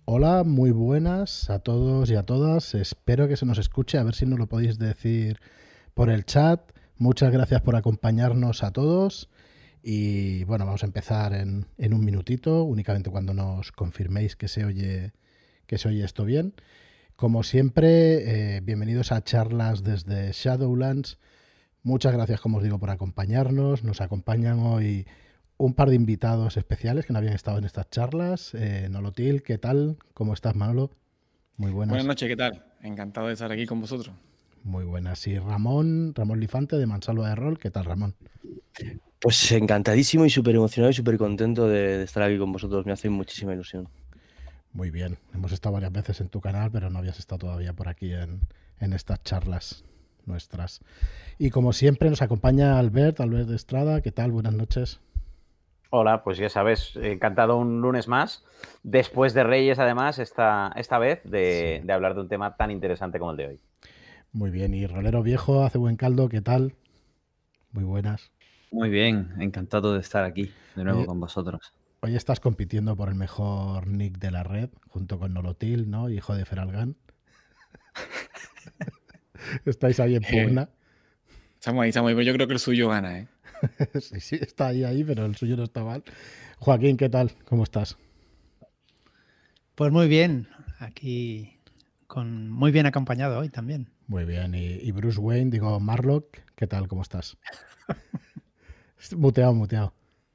Hola, muy buenas a todos y a todas. Espero que se nos escuche, a ver si nos lo podéis decir por el chat. Muchas gracias por acompañarnos a todos. Y bueno, vamos a empezar en un minutito, únicamente cuando nos confirméis que se oye esto bien. Como siempre, bienvenidos a charlas desde Shadowlands. Muchas gracias, como os digo, por acompañarnos. Nos acompañan hoy un par de invitados especiales que no habían estado en estas charlas. Nolotil, ¿qué tal? ¿Cómo estás, Manolo? Muy Buenas buenas. noches, ¿qué tal? Encantado de estar aquí con vosotros. Muy buenas. Y Ramón Lifante de Mansalva de Rol. ¿Qué tal, Ramón? Pues encantadísimo y súper emocionado y súper contento de estar aquí con vosotros. Me hace muchísima ilusión. Muy bien. Hemos estado varias veces en tu canal, pero no habías estado todavía por aquí en estas charlas nuestras. Y como siempre nos acompaña Albert de Estrada. ¿Qué tal? Buenas noches. Hola, pues ya sabes, encantado un lunes más, después de Reyes además, esta vez de hablar de un tema tan interesante como el de hoy. Muy bien. Y Rolero Viejo, hace buen caldo. ¿Qué tal? Muy buenas. Muy bien, encantado de estar aquí de nuevo Oye, con vosotros. hoy estás compitiendo por el mejor nick de la red, junto con Nolotil, ¿no? Hijo de Feralgan. Estáis ahí en pugna. Estamos ahí, pero yo creo que el suyo gana, ¿eh? Sí, sí, está ahí, pero el suyo no está mal. Joaquín, ¿qué tal? ¿Cómo estás? Pues muy bien, aquí muy bien acompañado hoy también. Muy bien. Y Bruce Wayne, digo, Marlock, ¿qué tal? ¿Cómo estás? Muteado.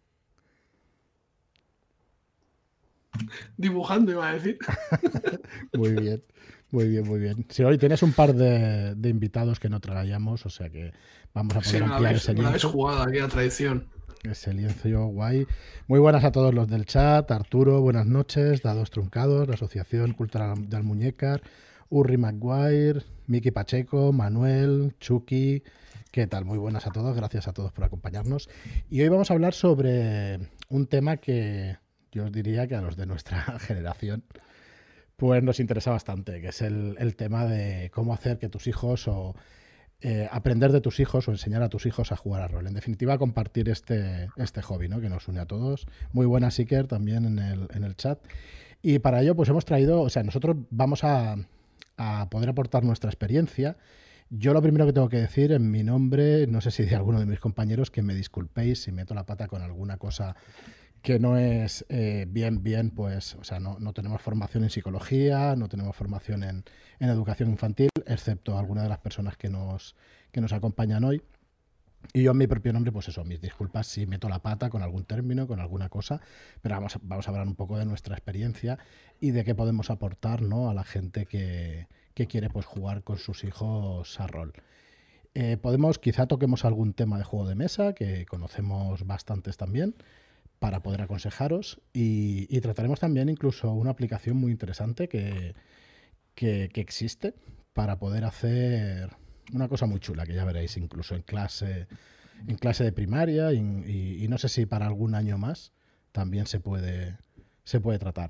Dibujando, iba a decir. Muy bien. Sí, hoy tienes un par de invitados que no traíamos, o sea que vamos a poder ampliar ese me la habéis lienzo. jugado aquí a traición. Ese lienzo guay. Muy buenas a todos los del chat. Arturo, buenas noches. Dados Truncados, la Asociación Cultural de Almuñécar. Urri Maguire, Miki Pacheco, Manuel, Chucky. ¿Qué tal? Muy buenas a todos. Gracias a todos por acompañarnos. Y hoy vamos a hablar sobre un tema que yo os diría que a los de nuestra generación pues nos interesa bastante, que es el tema de cómo hacer que tus hijos o aprender de tus hijos o enseñar a tus hijos a jugar a rol. En definitiva, compartir este hobby, ¿no? Que nos une a todos. Muy buena, Siker, también en el chat. Y para ello, pues hemos traído, o sea, nosotros vamos a poder aportar nuestra experiencia. Yo lo primero que tengo que decir en mi nombre, no sé si de alguno de mis compañeros, que me disculpéis si meto la pata con alguna cosa que no es bien, pues, o sea, no tenemos formación en psicología, no tenemos formación en educación infantil, excepto algunas de las personas que nos acompañan hoy. Y yo en mi propio nombre, pues eso, mis disculpas si meto la pata con algún término, con alguna cosa, pero vamos a hablar un poco de nuestra experiencia y de qué podemos aportar, ¿no? A la gente que quiere pues jugar con sus hijos a rol. Quizá toquemos algún tema de juego de mesa, que conocemos bastantes también, para poder aconsejaros y trataremos también incluso una aplicación muy interesante que existe para poder hacer una cosa muy chula, que ya veréis incluso en clase de primaria y no sé si para algún año más también se puede tratar.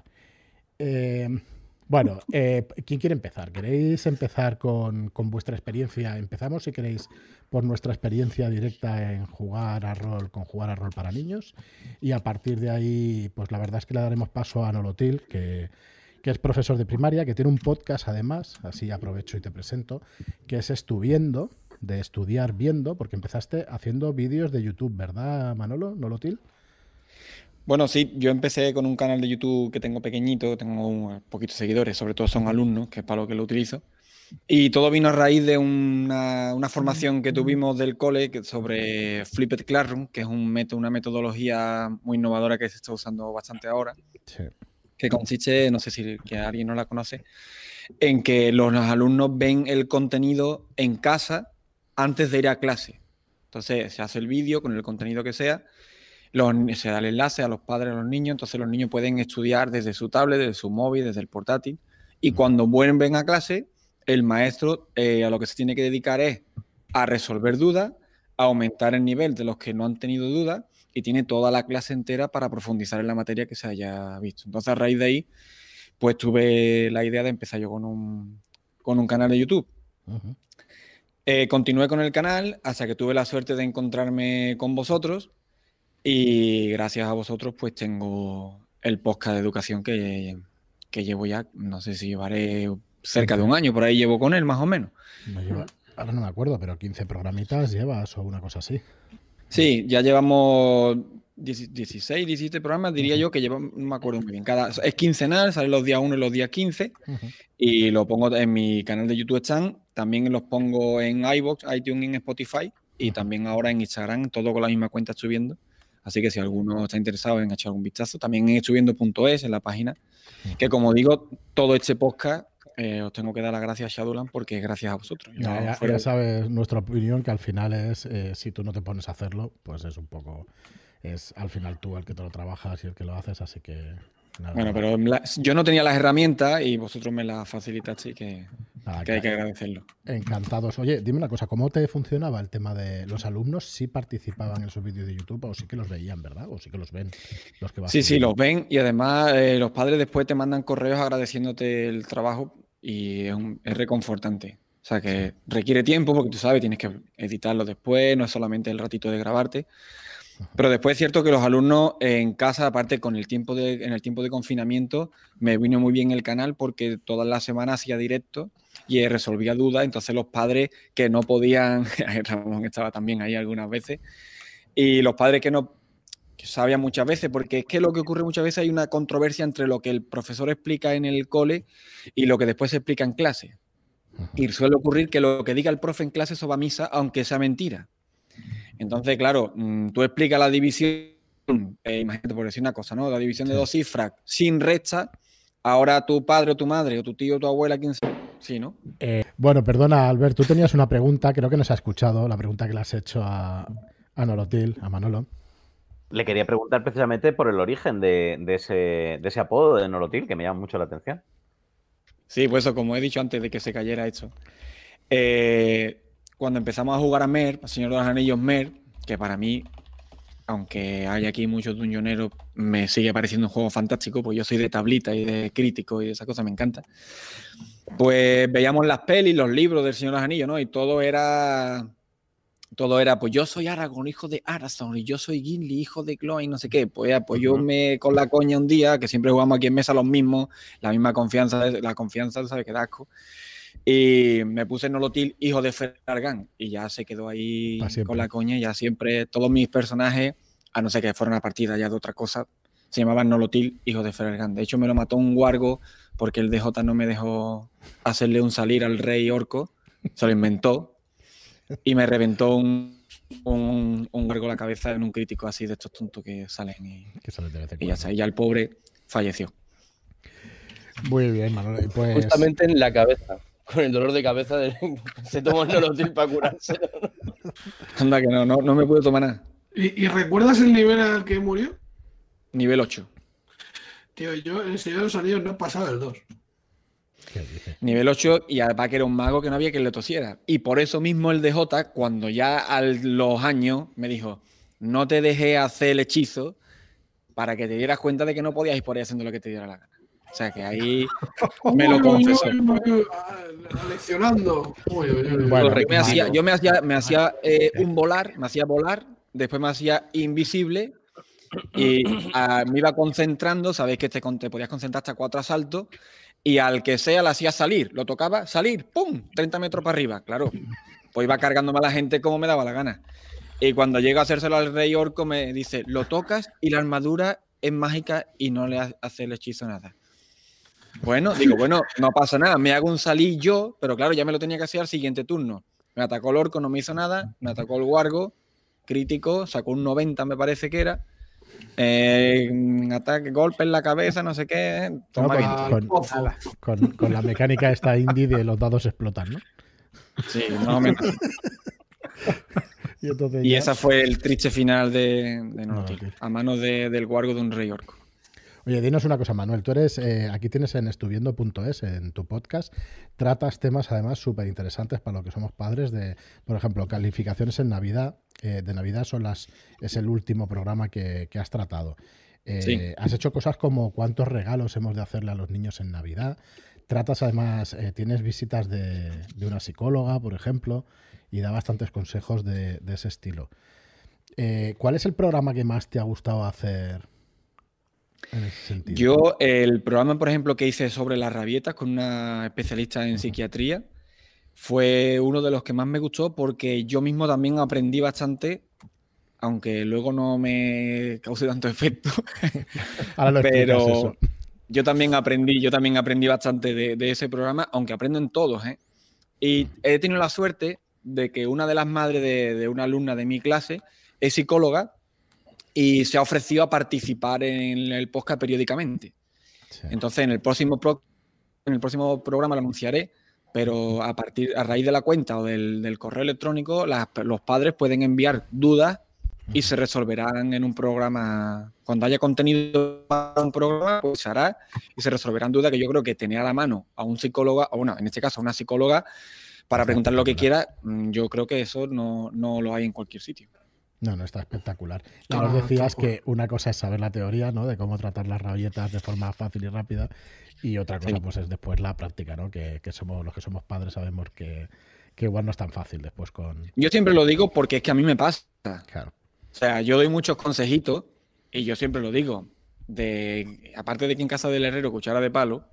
Bueno, ¿quién quiere empezar? ¿Queréis empezar con vuestra experiencia? Empezamos, si queréis, por nuestra experiencia directa en jugar a rol, con jugar a rol para niños. Y a partir de ahí, pues la verdad es que le daremos paso a Nolotil, que es profesor de primaria, que tiene un podcast además, así aprovecho y te presento, que es Estuviendo, de estudiar viendo, porque empezaste haciendo vídeos de YouTube, ¿verdad, Manolo? ¿Nolotil? Bueno, sí, yo empecé con un canal de YouTube que tengo pequeñito, tengo un poquitos seguidores, sobre todo son alumnos, que es para lo que lo utilizo. Y todo vino a raíz de una formación que tuvimos del cole sobre Flipped Classroom, que es una metodología muy innovadora que se está usando bastante ahora, Sí. que consiste, no sé si que alguien no la conoce, en que los alumnos ven el contenido en casa antes de ir a clase. Entonces se hace el vídeo con el contenido que sea, se da el enlace a los padres, a los niños, entonces los niños pueden estudiar desde su tablet, desde su móvil, desde el portátil, y cuando vuelven a clase, el maestro a lo que se tiene que dedicar es a resolver dudas, a aumentar el nivel de los que no han tenido dudas, y tiene toda la clase entera para profundizar en la materia que se haya visto. Entonces, a raíz de ahí, pues tuve la idea de empezar yo con un canal de YouTube. Uh-huh. Continué con el canal hasta que tuve la suerte de encontrarme con vosotros y gracias a vosotros pues tengo el podcast de educación que que llevo ya, no sé si llevaré cerca de un año, por ahí llevo con él más o menos. Ahora no me acuerdo, pero 15 programitas llevas o una cosa así. Sí, ya llevamos 16, 17 programas, diría yo que llevamos, no me acuerdo muy bien. Es quincenal, sale los días 1 y los días 15 y lo pongo en mi canal de YouTube están, también los pongo en iVoox, iTunes, en Spotify y también ahora en Instagram, todo con la misma cuenta subiendo. Así que si alguno está interesado en echar algún vistazo, también en subiendo.es en la página, que como digo, todo este podcast os tengo que dar las gracias a Shadowland porque es gracias a vosotros. Ya sabes nuestra opinión, que al final es, si tú no te pones a hacerlo, pues es un poco, es al final tú el que te lo trabajas y el que lo haces, así que... Nada, bueno, pero yo no tenía las herramientas y vosotros me las facilitasteis, que hay que agradecerlo. Encantados. Oye, dime una cosa, ¿cómo te funcionaba el tema de los alumnos? ¿Sí participaban en esos vídeos de YouTube o sí que los veían, verdad? ¿O sí que los ven? Los que sí, los ven y además los padres después te mandan correos agradeciéndote el trabajo y es reconfortante. O sea que requiere tiempo porque tú sabes, tienes que editarlo después, no es solamente el ratito de grabarte. Pero después es cierto que los alumnos en casa, aparte en el tiempo de confinamiento, me vino muy bien el canal porque todas las semanas hacía directo y resolvía dudas. Entonces los padres que no podían, Ramón estaba también ahí algunas veces, y los padres que sabían muchas veces, porque es que lo que ocurre muchas veces hay una controversia entre lo que el profesor explica en el cole y lo que después se explica en clase. Y suele ocurrir que lo que diga el profe en clase eso va a misa, aunque sea mentira. Entonces, claro, tú explicas la división, imagínate por decir una cosa, ¿no? La división de dos cifras sin resta, ahora tu padre o tu madre o tu tío o tu abuela, quien sea, sí, ¿no? Bueno, perdona, Albert, tú tenías una pregunta, creo que no se ha escuchado, la pregunta que le has hecho a Nolotil, a Manolo. Le quería preguntar precisamente por el origen de ese apodo de Nolotil, que me llama mucho la atención. Sí, pues eso, como he dicho antes de que se cayera esto. Cuando empezamos a jugar a Mer, al Señor de los Anillos Mer, que para mí, aunque hay aquí muchos dungeoneros, me sigue pareciendo un juego fantástico, pues yo soy de tablita y de crítico y de esas cosas me encanta. Pues veíamos las pelis, los libros del Señor de los Anillos, ¿no? Y todo era, pues yo soy Aragorn, hijo de Arathorn, y yo soy Gimli, hijo de Glóin, no sé qué. Pues yo con la coña un día, que siempre jugamos aquí en mesa los mismos, la misma confianza, la confianza, ¿sabes? Que da asco. Y me puse Nolotil, hijo de Ferargan, y ya se quedó ahí con la coña. Ya siempre, todos mis personajes, a no ser que fuera una partida ya de otra cosa, se llamaban Nolotil, hijo de Ferargan. De hecho, me lo mató un wargo porque el DJ no me dejó hacerle un salir al rey orco, se lo inventó y me reventó un wargo la cabeza en un crítico así de estos tontos que salen y ya está. Y ya el pobre falleció. Muy bien, Manolo. Pues... Justamente en la cabeza. Con el dolor de cabeza se toma el Nolotil para curarse. Anda que no me puedo tomar nada. ¿Y recuerdas el nivel al que murió? Nivel 8. Tío, yo en el Señor de los Anillos no he pasado el 2. Nivel 8 y además que era un mago que no había quien le tosiera. Y por eso mismo el DJ, cuando ya a los años me dijo, no te dejé hacer el hechizo para que te dieras cuenta de que no podías ir por ahí haciendo lo que te diera la gana. O sea que ahí me lo confesó. Leccionando. Bueno, yo me hacía un volar, me hacía volar, después me hacía invisible y me iba concentrando. Sabéis que te podías concentrar hasta 4 asaltos y al que sea le hacía salir, lo tocaba, salir, ¡pum! 30 metros para arriba, claro. Pues iba cargándome a la gente como me daba la gana. Y cuando llega a hacérselo al rey orco me dice, lo tocas y la armadura es mágica y no le hace el hechizo nada. Bueno, no pasa nada, me hago un salir yo, pero claro, ya me lo tenía que hacer al siguiente turno. Me atacó el orco, no me hizo nada, me atacó el wargo, crítico, sacó un 90 me parece que era, ataque, golpe en la cabeza, no sé qué. Toma con la mecánica esta indie de los dados explotan, ¿no? Sí, más o menos. Y esa fue el triste final de Nolotil, a manos del wargo de un rey orco. Oye, dinos una cosa, Manuel. Tú eres, aquí tienes en estuviendo.es, en tu podcast, tratas temas además súper interesantes para los que somos padres de, por ejemplo, calificaciones en Navidad. De Navidad es el último programa que has tratado. Sí. Has hecho cosas como cuántos regalos hemos de hacerle a los niños en Navidad. Tratas además, tienes visitas de una psicóloga, por ejemplo, y da bastantes consejos de ese estilo. ¿Cuál es el programa que más te ha gustado hacer en ese sentido? Yo, el programa, por ejemplo, que hice sobre las rabietas con una especialista en psiquiatría, fue uno de los que más me gustó porque yo mismo también aprendí bastante, aunque luego no me cause tanto efecto. Ahora lo explicas Pero eso. yo también aprendí bastante de ese programa, aunque aprendo en todos, ¿eh? Y he tenido la suerte de que una de las madres de una alumna de mi clase es psicóloga y se ha ofrecido a participar en el podcast periódicamente. Sí. Entonces, en el próximo programa lo anunciaré, pero a raíz de la cuenta o del correo electrónico, los padres pueden enviar dudas y se resolverán en un programa. Cuando haya contenido para un programa, pues se hará y se resolverán dudas que yo creo que tener a la mano a un psicólogo, o bueno, en este caso a una psicóloga, para preguntar lo que quiera, yo creo que eso no lo hay en cualquier sitio. No, está espectacular. Ya nos decías que una cosa es saber la teoría, ¿no? De cómo tratar las rabietas de forma fácil y rápida, y otra cosa, pues, es después la práctica, ¿no? Que somos los que somos padres sabemos que igual no es tan fácil después con... Yo siempre lo digo porque es que a mí me pasa. Claro. O sea, yo doy muchos consejitos y yo siempre lo digo. Aparte de que en casa del herrero cuchara de palo,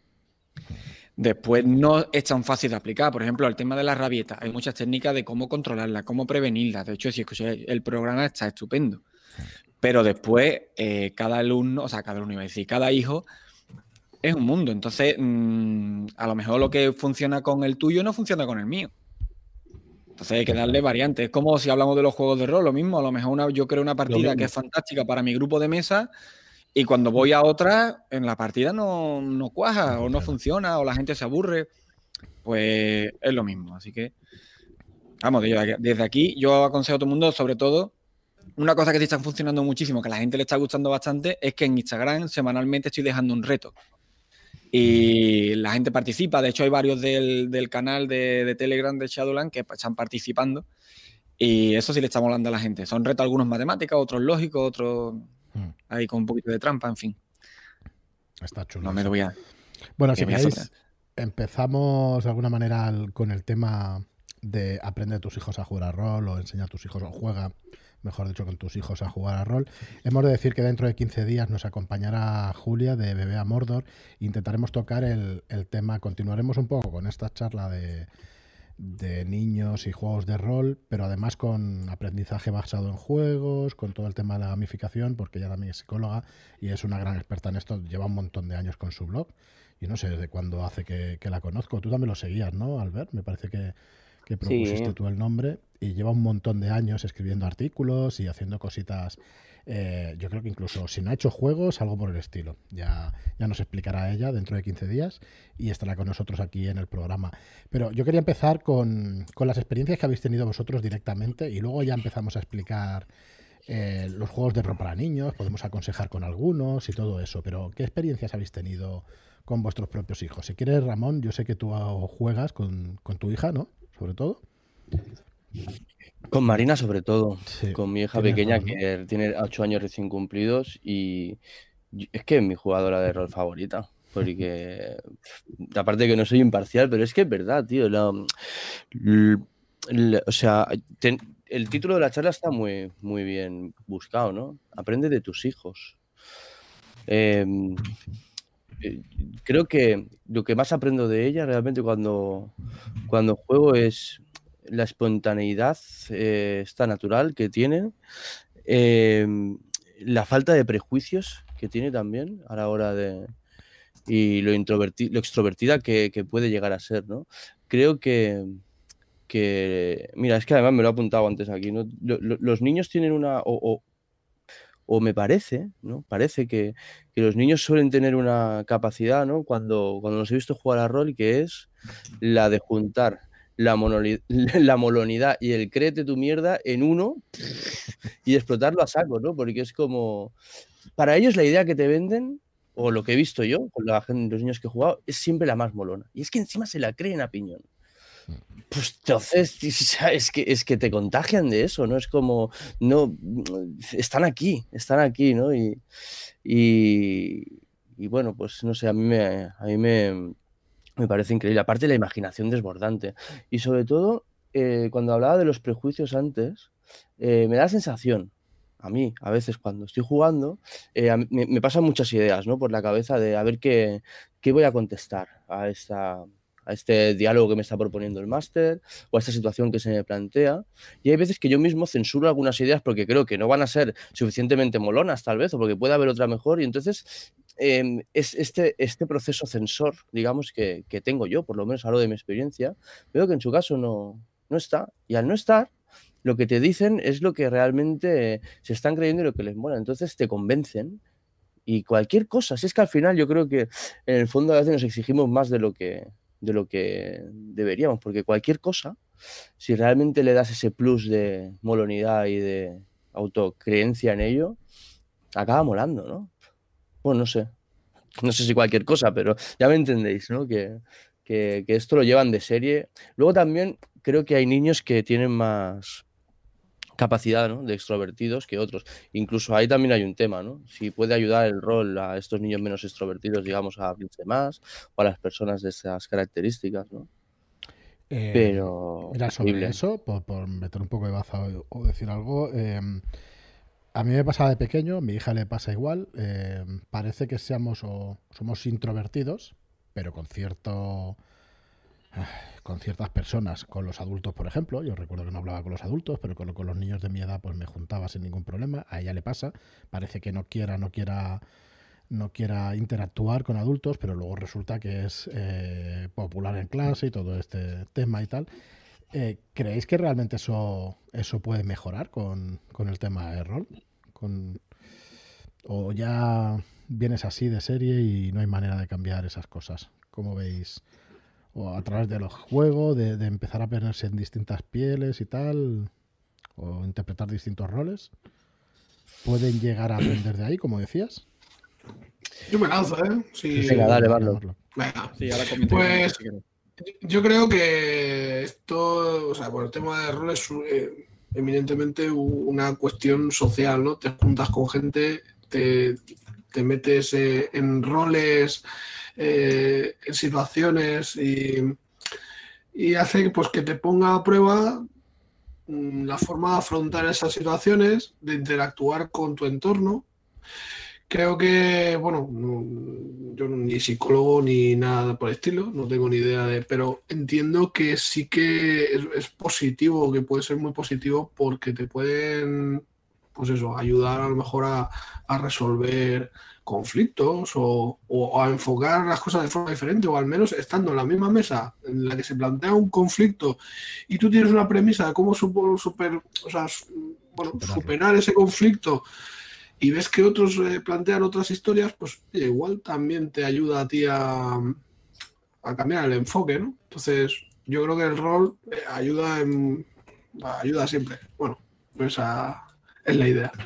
después no es tan fácil de aplicar. Por ejemplo, el tema de las rabietas. Hay muchas técnicas de cómo controlarlas, cómo prevenirlas. De hecho, si escucháis el programa está estupendo. Pero después, cada alumno, iba a decir, cada hijo es un mundo. Entonces, a lo mejor lo que funciona con el tuyo no funciona con el mío. Entonces hay que darle variantes. Es como si hablamos de los juegos de rol, lo mismo. A lo mejor yo creo una partida que es fantástica para mi grupo de mesa y cuando voy a otra, en la partida no cuaja o no funciona o la gente se aburre. Pues es lo mismo. Así que, vamos, desde aquí yo aconsejo a todo el mundo, sobre todo, una cosa que sí está funcionando muchísimo, que a la gente le está gustando bastante, es que en Instagram semanalmente estoy dejando un reto. Y la gente participa. De hecho, hay varios del canal de Telegram de Shadowland que están participando. Y eso sí le está molando a la gente. Son retos algunos matemáticas, otros lógicos, otros ahí con un poquito de trampa, en fin. Está chulo. No me lo voy a... Bueno, si queréis, empezamos de alguna manera con el tema de aprender a tus hijos a jugar a rol o enseñar a tus hijos, o juega, mejor dicho, con tus hijos a jugar a rol. Hemos de decir que dentro de 15 días nos acompañará Julia de Bebé a Mordor. Intentaremos tocar el tema, continuaremos un poco con esta charla de niños y juegos de rol, pero además con aprendizaje basado en juegos, con todo el tema de la gamificación, porque ella también es psicóloga y es una gran experta en esto, lleva un montón de años con su blog y no sé desde cuándo hace que la conozco. Tú también lo seguías, ¿no, Albert? Me parece que propusiste tú el nombre y lleva un montón de años escribiendo artículos y haciendo cositas. Yo creo que incluso si no ha hecho juegos, algo por el estilo. Ya nos explicará ella dentro de 15 días y estará con nosotros aquí en el programa. Pero yo quería empezar con las experiencias que habéis tenido vosotros directamente y luego ya empezamos a explicar los juegos de rol para niños, podemos aconsejar con algunos y todo eso. Pero ¿qué experiencias habéis tenido con vuestros propios hijos? Si quieres, Ramón, yo sé que tú juegas con tu hija, ¿no? Sobre todo. Con Marina, sobre todo. Sí, con mi hija pequeña, que tiene 8 años recién cumplidos y es que es mi jugadora de rol favorita. Porque, aparte de que no soy imparcial, pero es que es verdad, tío. O sea, el título de la charla está muy, muy bien buscado, ¿no? Aprende de tus hijos. Creo que lo que más aprendo de ella realmente cuando juego es la espontaneidad esta natural que tiene, la falta de prejuicios que tiene también a la hora de... y lo extrovertida que puede llegar a ser, ¿no? Creo que mira, es que además me lo he apuntado antes aquí, ¿no? Los niños tienen una... O me parece, ¿no? Parece que los niños suelen tener una capacidad, ¿no? Cuando los he visto jugar a rol, que es la de juntar la molonidad y el créete tu mierda en uno y explotarlo a saco, ¿no? Porque es como... Para ellos la idea que te venden, o lo que he visto yo con los niños que he jugado, es siempre la más molona. Y es que encima se la creen a piñón. Pues entonces es que te contagian de eso, ¿no? Es como, no, están aquí, ¿no? Y bueno, pues no sé, a mí me parece increíble. Aparte la imaginación desbordante. Y sobre todo, cuando hablaba de los prejuicios antes, me da la sensación, a mí, a veces cuando estoy jugando, me pasan muchas ideas, ¿no? Por la cabeza de a ver qué voy a contestar a este diálogo que me está proponiendo el máster o a esta situación que se me plantea. Y hay veces que yo mismo censuro algunas ideas porque creo que no van a ser suficientemente molonas, tal vez, o porque puede haber otra mejor. Y entonces es este proceso censor, digamos, que tengo yo, por lo menos hablo de mi experiencia, veo que en su caso no está. Y al no estar, lo que te dicen es lo que realmente se están creyendo y lo que les mola. Entonces te convencen y cualquier cosa. Si es que al final yo creo que en el fondo a veces nos exigimos más de lo que deberíamos, porque cualquier cosa, si realmente le das ese plus de molonidad y de autocreencia en ello, acaba molando, ¿no? Bueno, no sé si cualquier cosa, pero ya me entendéis, ¿no? Que esto lo llevan de serie. Luego también creo que hay niños que tienen más capacidad, ¿no? De extrovertidos que otros. Incluso ahí también hay un tema, ¿no? Si puede ayudar el rol a estos niños menos extrovertidos, digamos, a abrirse más, o a las personas de esas características, ¿no? Pero Mira, sobre eso, por meter un poco de baza o decir algo, a mí me pasaba de pequeño, a mi hija le pasa igual, parece que somos introvertidos, pero con ciertas personas, con los adultos, por ejemplo. Yo recuerdo que no hablaba con los adultos, pero con los niños de mi edad pues me juntaba sin ningún problema. A ella le pasa, parece que no quiera interactuar con adultos, pero luego resulta que es popular en clase y todo este tema y tal. ¿Creéis que realmente eso puede mejorar con el tema de rol? ¿O ya vienes así de serie y no hay manera de cambiar esas cosas? ¿Cómo veis? O a través de los juegos, de empezar a ponerse en distintas pieles y tal, o interpretar distintos roles. ¿Pueden llegar a aprender de ahí, como decías? Yo me lanzo, ¿eh? Sí. Venga, dale, Marlon. Venga. Sí, ahora comento. Pues yo creo que esto, o sea, por el tema de roles es eminentemente una cuestión social, ¿no? Te juntas con gente, te metes en roles, en situaciones y hace pues que te ponga a prueba la forma de afrontar esas situaciones, de interactuar con tu entorno. Creo que, bueno, yo ni psicólogo ni nada por el estilo, no tengo ni idea pero entiendo que sí que es positivo, que puede ser muy positivo porque te pueden, pues eso, ayudar a lo mejor a resolver conflictos o a enfocar las cosas de forma diferente, o al menos estando en la misma mesa en la que se plantea un conflicto y tú tienes una premisa de cómo superar ese conflicto y ves que otros plantean otras historias, pues igual también te ayuda a ti a cambiar el enfoque, ¿no? Entonces, yo creo que el rol ayuda siempre. Bueno, esa es la idea.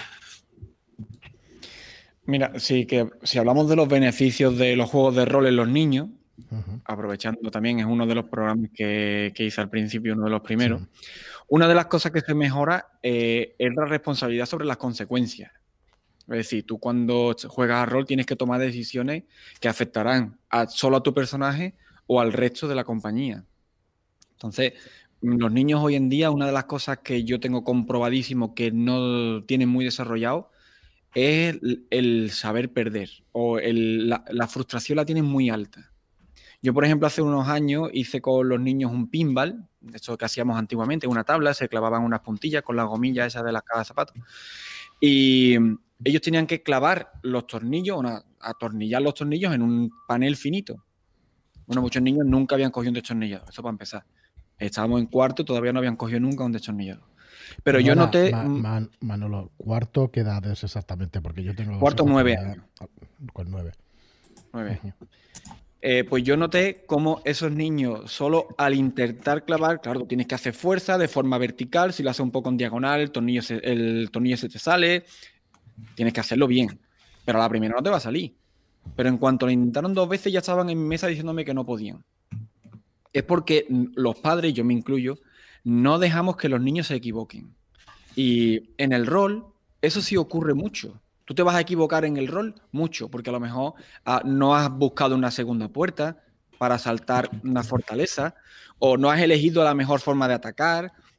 Mira, sí, que si hablamos de los beneficios de los juegos de rol en los niños, aprovechando también, es uno de los programas que hice al principio, uno de los primeros, una de las cosas que se mejora es la responsabilidad sobre las consecuencias. Es decir, tú cuando juegas a rol tienes que tomar decisiones que afectarán solo a tu personaje o al resto de la compañía. Entonces, los niños hoy en día, una de las cosas que yo tengo comprobadísimo que no tienen muy desarrollado es el saber perder, o la frustración la tienen muy alta. Yo, por ejemplo, hace unos años hice con los niños un pinball, de hecho que hacíamos antiguamente, una tabla, se clavaban unas puntillas con las gomillas esas de las cajas de zapatos, y ellos tenían que clavar los tornillos, atornillar los tornillos en un panel finito. Bueno, muchos niños nunca habían cogido un destornillador, eso para empezar. Estábamos en cuarto y todavía no habían cogido nunca un destornillador. Pero yo noté... Manolo, ¿cuarto qué edad es exactamente? Porque yo tengo... Cuarto 9 años. Con 9. 9 años. Pues yo noté cómo esos niños, solo al intentar clavar, claro, tú tienes que hacer fuerza de forma vertical, si lo haces un poco en diagonal, el tornillo se te sale, tienes que hacerlo bien, pero a la primera no te va a salir. Pero en cuanto lo intentaron 2 veces ya estaban en mi mesa diciéndome que no podían. Es porque los padres, yo me incluyo, no dejamos que los niños se equivoquen. Y en el rol, eso sí ocurre mucho. Tú te vas a equivocar en el rol mucho, porque a lo mejor no has buscado una segunda puerta para saltar una fortaleza, o no has elegido la mejor forma de atacar,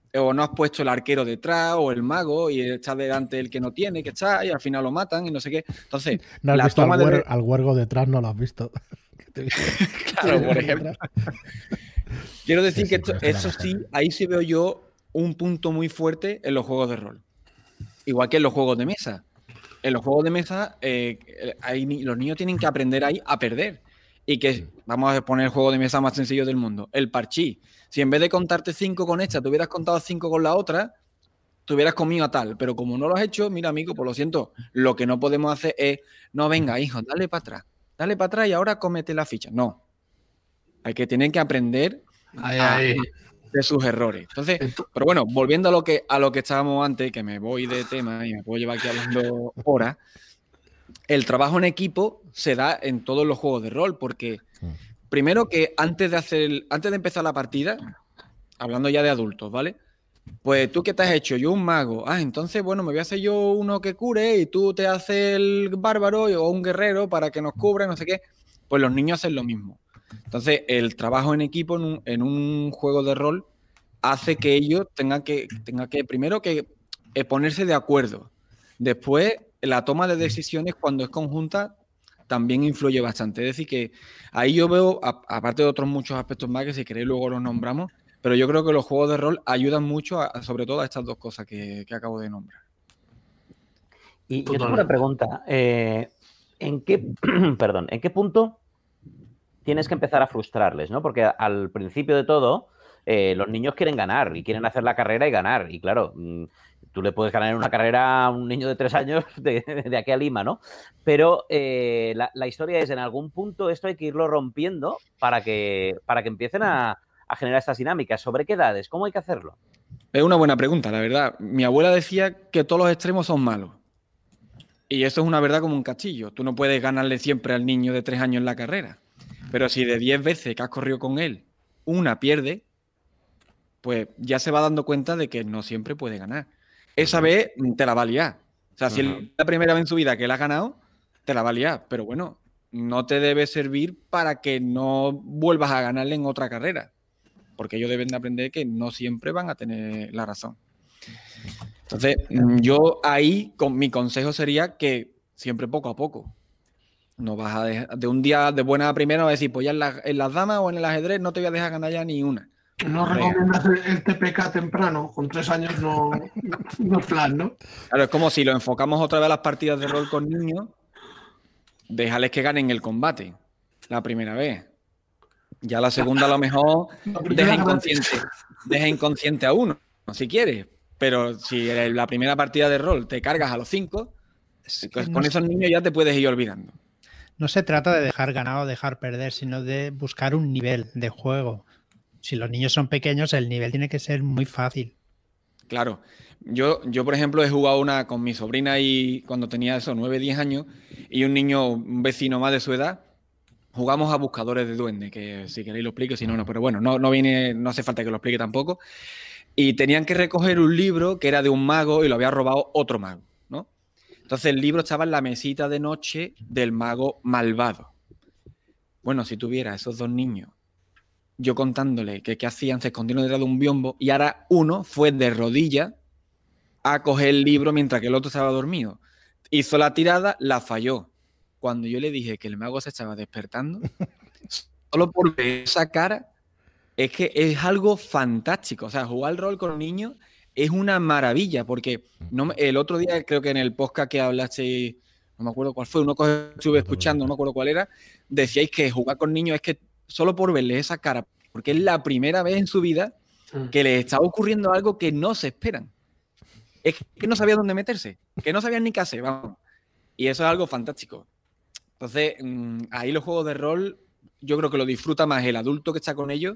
o no has puesto el arquero detrás o el mago y está delante el que no tiene, que está, y al final lo matan y no sé qué. Entonces, No has la visto toma de... al huergo detrás, no lo has visto. Claro, por ejemplo. Quiero decir que eso sí, ahí sí veo yo un punto muy fuerte en los juegos de rol. Igual que en los juegos de mesa. En los juegos de mesa, los niños tienen que aprender ahí a perder. Y que, vamos a poner el juego de mesa más sencillo del mundo, el parchís. Si en vez de contarte 5 con esta, te hubieras contado 5 con la otra, te hubieras comido a tal. Pero como no lo has hecho, mira, amigo, pues lo siento, lo que no podemos hacer es, no, venga, hijo, dale para atrás y ahora cómete la ficha. No. Hay que tener que aprender de sus errores. Entonces, pero bueno, volviendo a lo que estábamos antes, que me voy de tema y me puedo llevar aquí hablando horas, el trabajo en equipo se da en todos los juegos de rol, porque primero que antes de empezar la partida, hablando ya de adultos, ¿vale? Pues tú, ¿qué te has hecho? Yo un mago. Ah, entonces, bueno, me voy a hacer yo uno que cure y tú te haces el bárbaro o un guerrero para que nos cubra, no sé qué. Pues los niños hacen lo mismo. Entonces, el trabajo en equipo en un juego de rol hace que ellos tengan que primero que ponerse de acuerdo. Después, la toma de decisiones cuando es conjunta también influye bastante. Es decir, que ahí yo veo, aparte de otros muchos aspectos más que si queréis luego los nombramos, pero yo creo que los juegos de rol ayudan mucho sobre todo a estas dos cosas que acabo de nombrar. Y yo tengo una pregunta. ¿En qué punto tienes que empezar a frustrarles, ¿no? Porque al principio de todo, los niños quieren ganar y quieren hacer la carrera y ganar. Y claro, tú le puedes ganar en una carrera a un niño de 3 años de aquí a Lima, ¿no? Pero la historia es, en algún punto esto hay que irlo rompiendo para que empiecen a generar estas dinámicas. ¿Sobre qué edades? ¿Cómo hay que hacerlo? Es una buena pregunta, la verdad. Mi abuela decía que todos los extremos son malos. Y eso es una verdad como un castillo. Tú no puedes ganarle siempre al niño de 3 años en la carrera. Pero si de 10 veces que has corrido con él, una pierde, pues ya se va dando cuenta de que no siempre puede ganar. Esa vez te la va a liar. O sea, si es la primera vez en su vida que él ha ganado, te la va a liar. Pero bueno, no te debe servir para que no vuelvas a ganarle en otra carrera. Porque ellos deben de aprender que no siempre van a tener la razón. Entonces, yo ahí, mi consejo sería que siempre poco a poco. No vas a dejar, de un día de buena a primera, vas a decir, pues ya en las damas o en el ajedrez no te voy a dejar ganar ya ni una. No recomiendas el TPK temprano, con 3 años no es plan, ¿no? Claro, es como si lo enfocamos otra vez a las partidas de rol con niños, déjales que ganen el combate la primera vez. Ya la segunda a lo mejor deja inconsciente a uno, si quieres. Pero si en la primera partida de rol te cargas a los 5, pues con esos niños ya te puedes ir olvidando. No se trata de dejar ganar o dejar perder, sino de buscar un nivel de juego. Si los niños son pequeños, el nivel tiene que ser muy fácil. Claro. Yo por ejemplo, he jugado una con mi sobrina y cuando tenía eso, 9, 10 años, y un niño, un vecino más de su edad, jugamos a buscadores de duende, que si queréis lo explico, si no, no. Pero bueno, no hace falta que lo explique tampoco. Y tenían que recoger un libro que era de un mago y lo había robado otro mago, ¿no? Entonces el libro estaba en la mesita de noche del mago malvado. Bueno, si tuviera esos 2 niños, yo contándole que qué hacían, se escondieron detrás de un biombo y ahora uno fue de rodillas a coger el libro mientras que el otro estaba dormido. Hizo la tirada, la falló. Cuando yo le dije que el mago se estaba despertando, solo por ver esa cara, es que es algo fantástico. O sea, jugar al rol con niños es una maravilla, porque el otro día creo que en el podcast que hablaste, no me acuerdo cuál fue, uno que estuve escuchando, no me acuerdo cuál era, decíais que jugar con niños es que solo por verles esa cara, porque es la primera vez en su vida que les está ocurriendo algo que no se esperan. Es que no sabían dónde meterse, que no sabían ni qué hacer, vamos. Y eso es algo fantástico. Entonces, ahí los juegos de rol, yo creo que lo disfruta más el adulto que está con ellos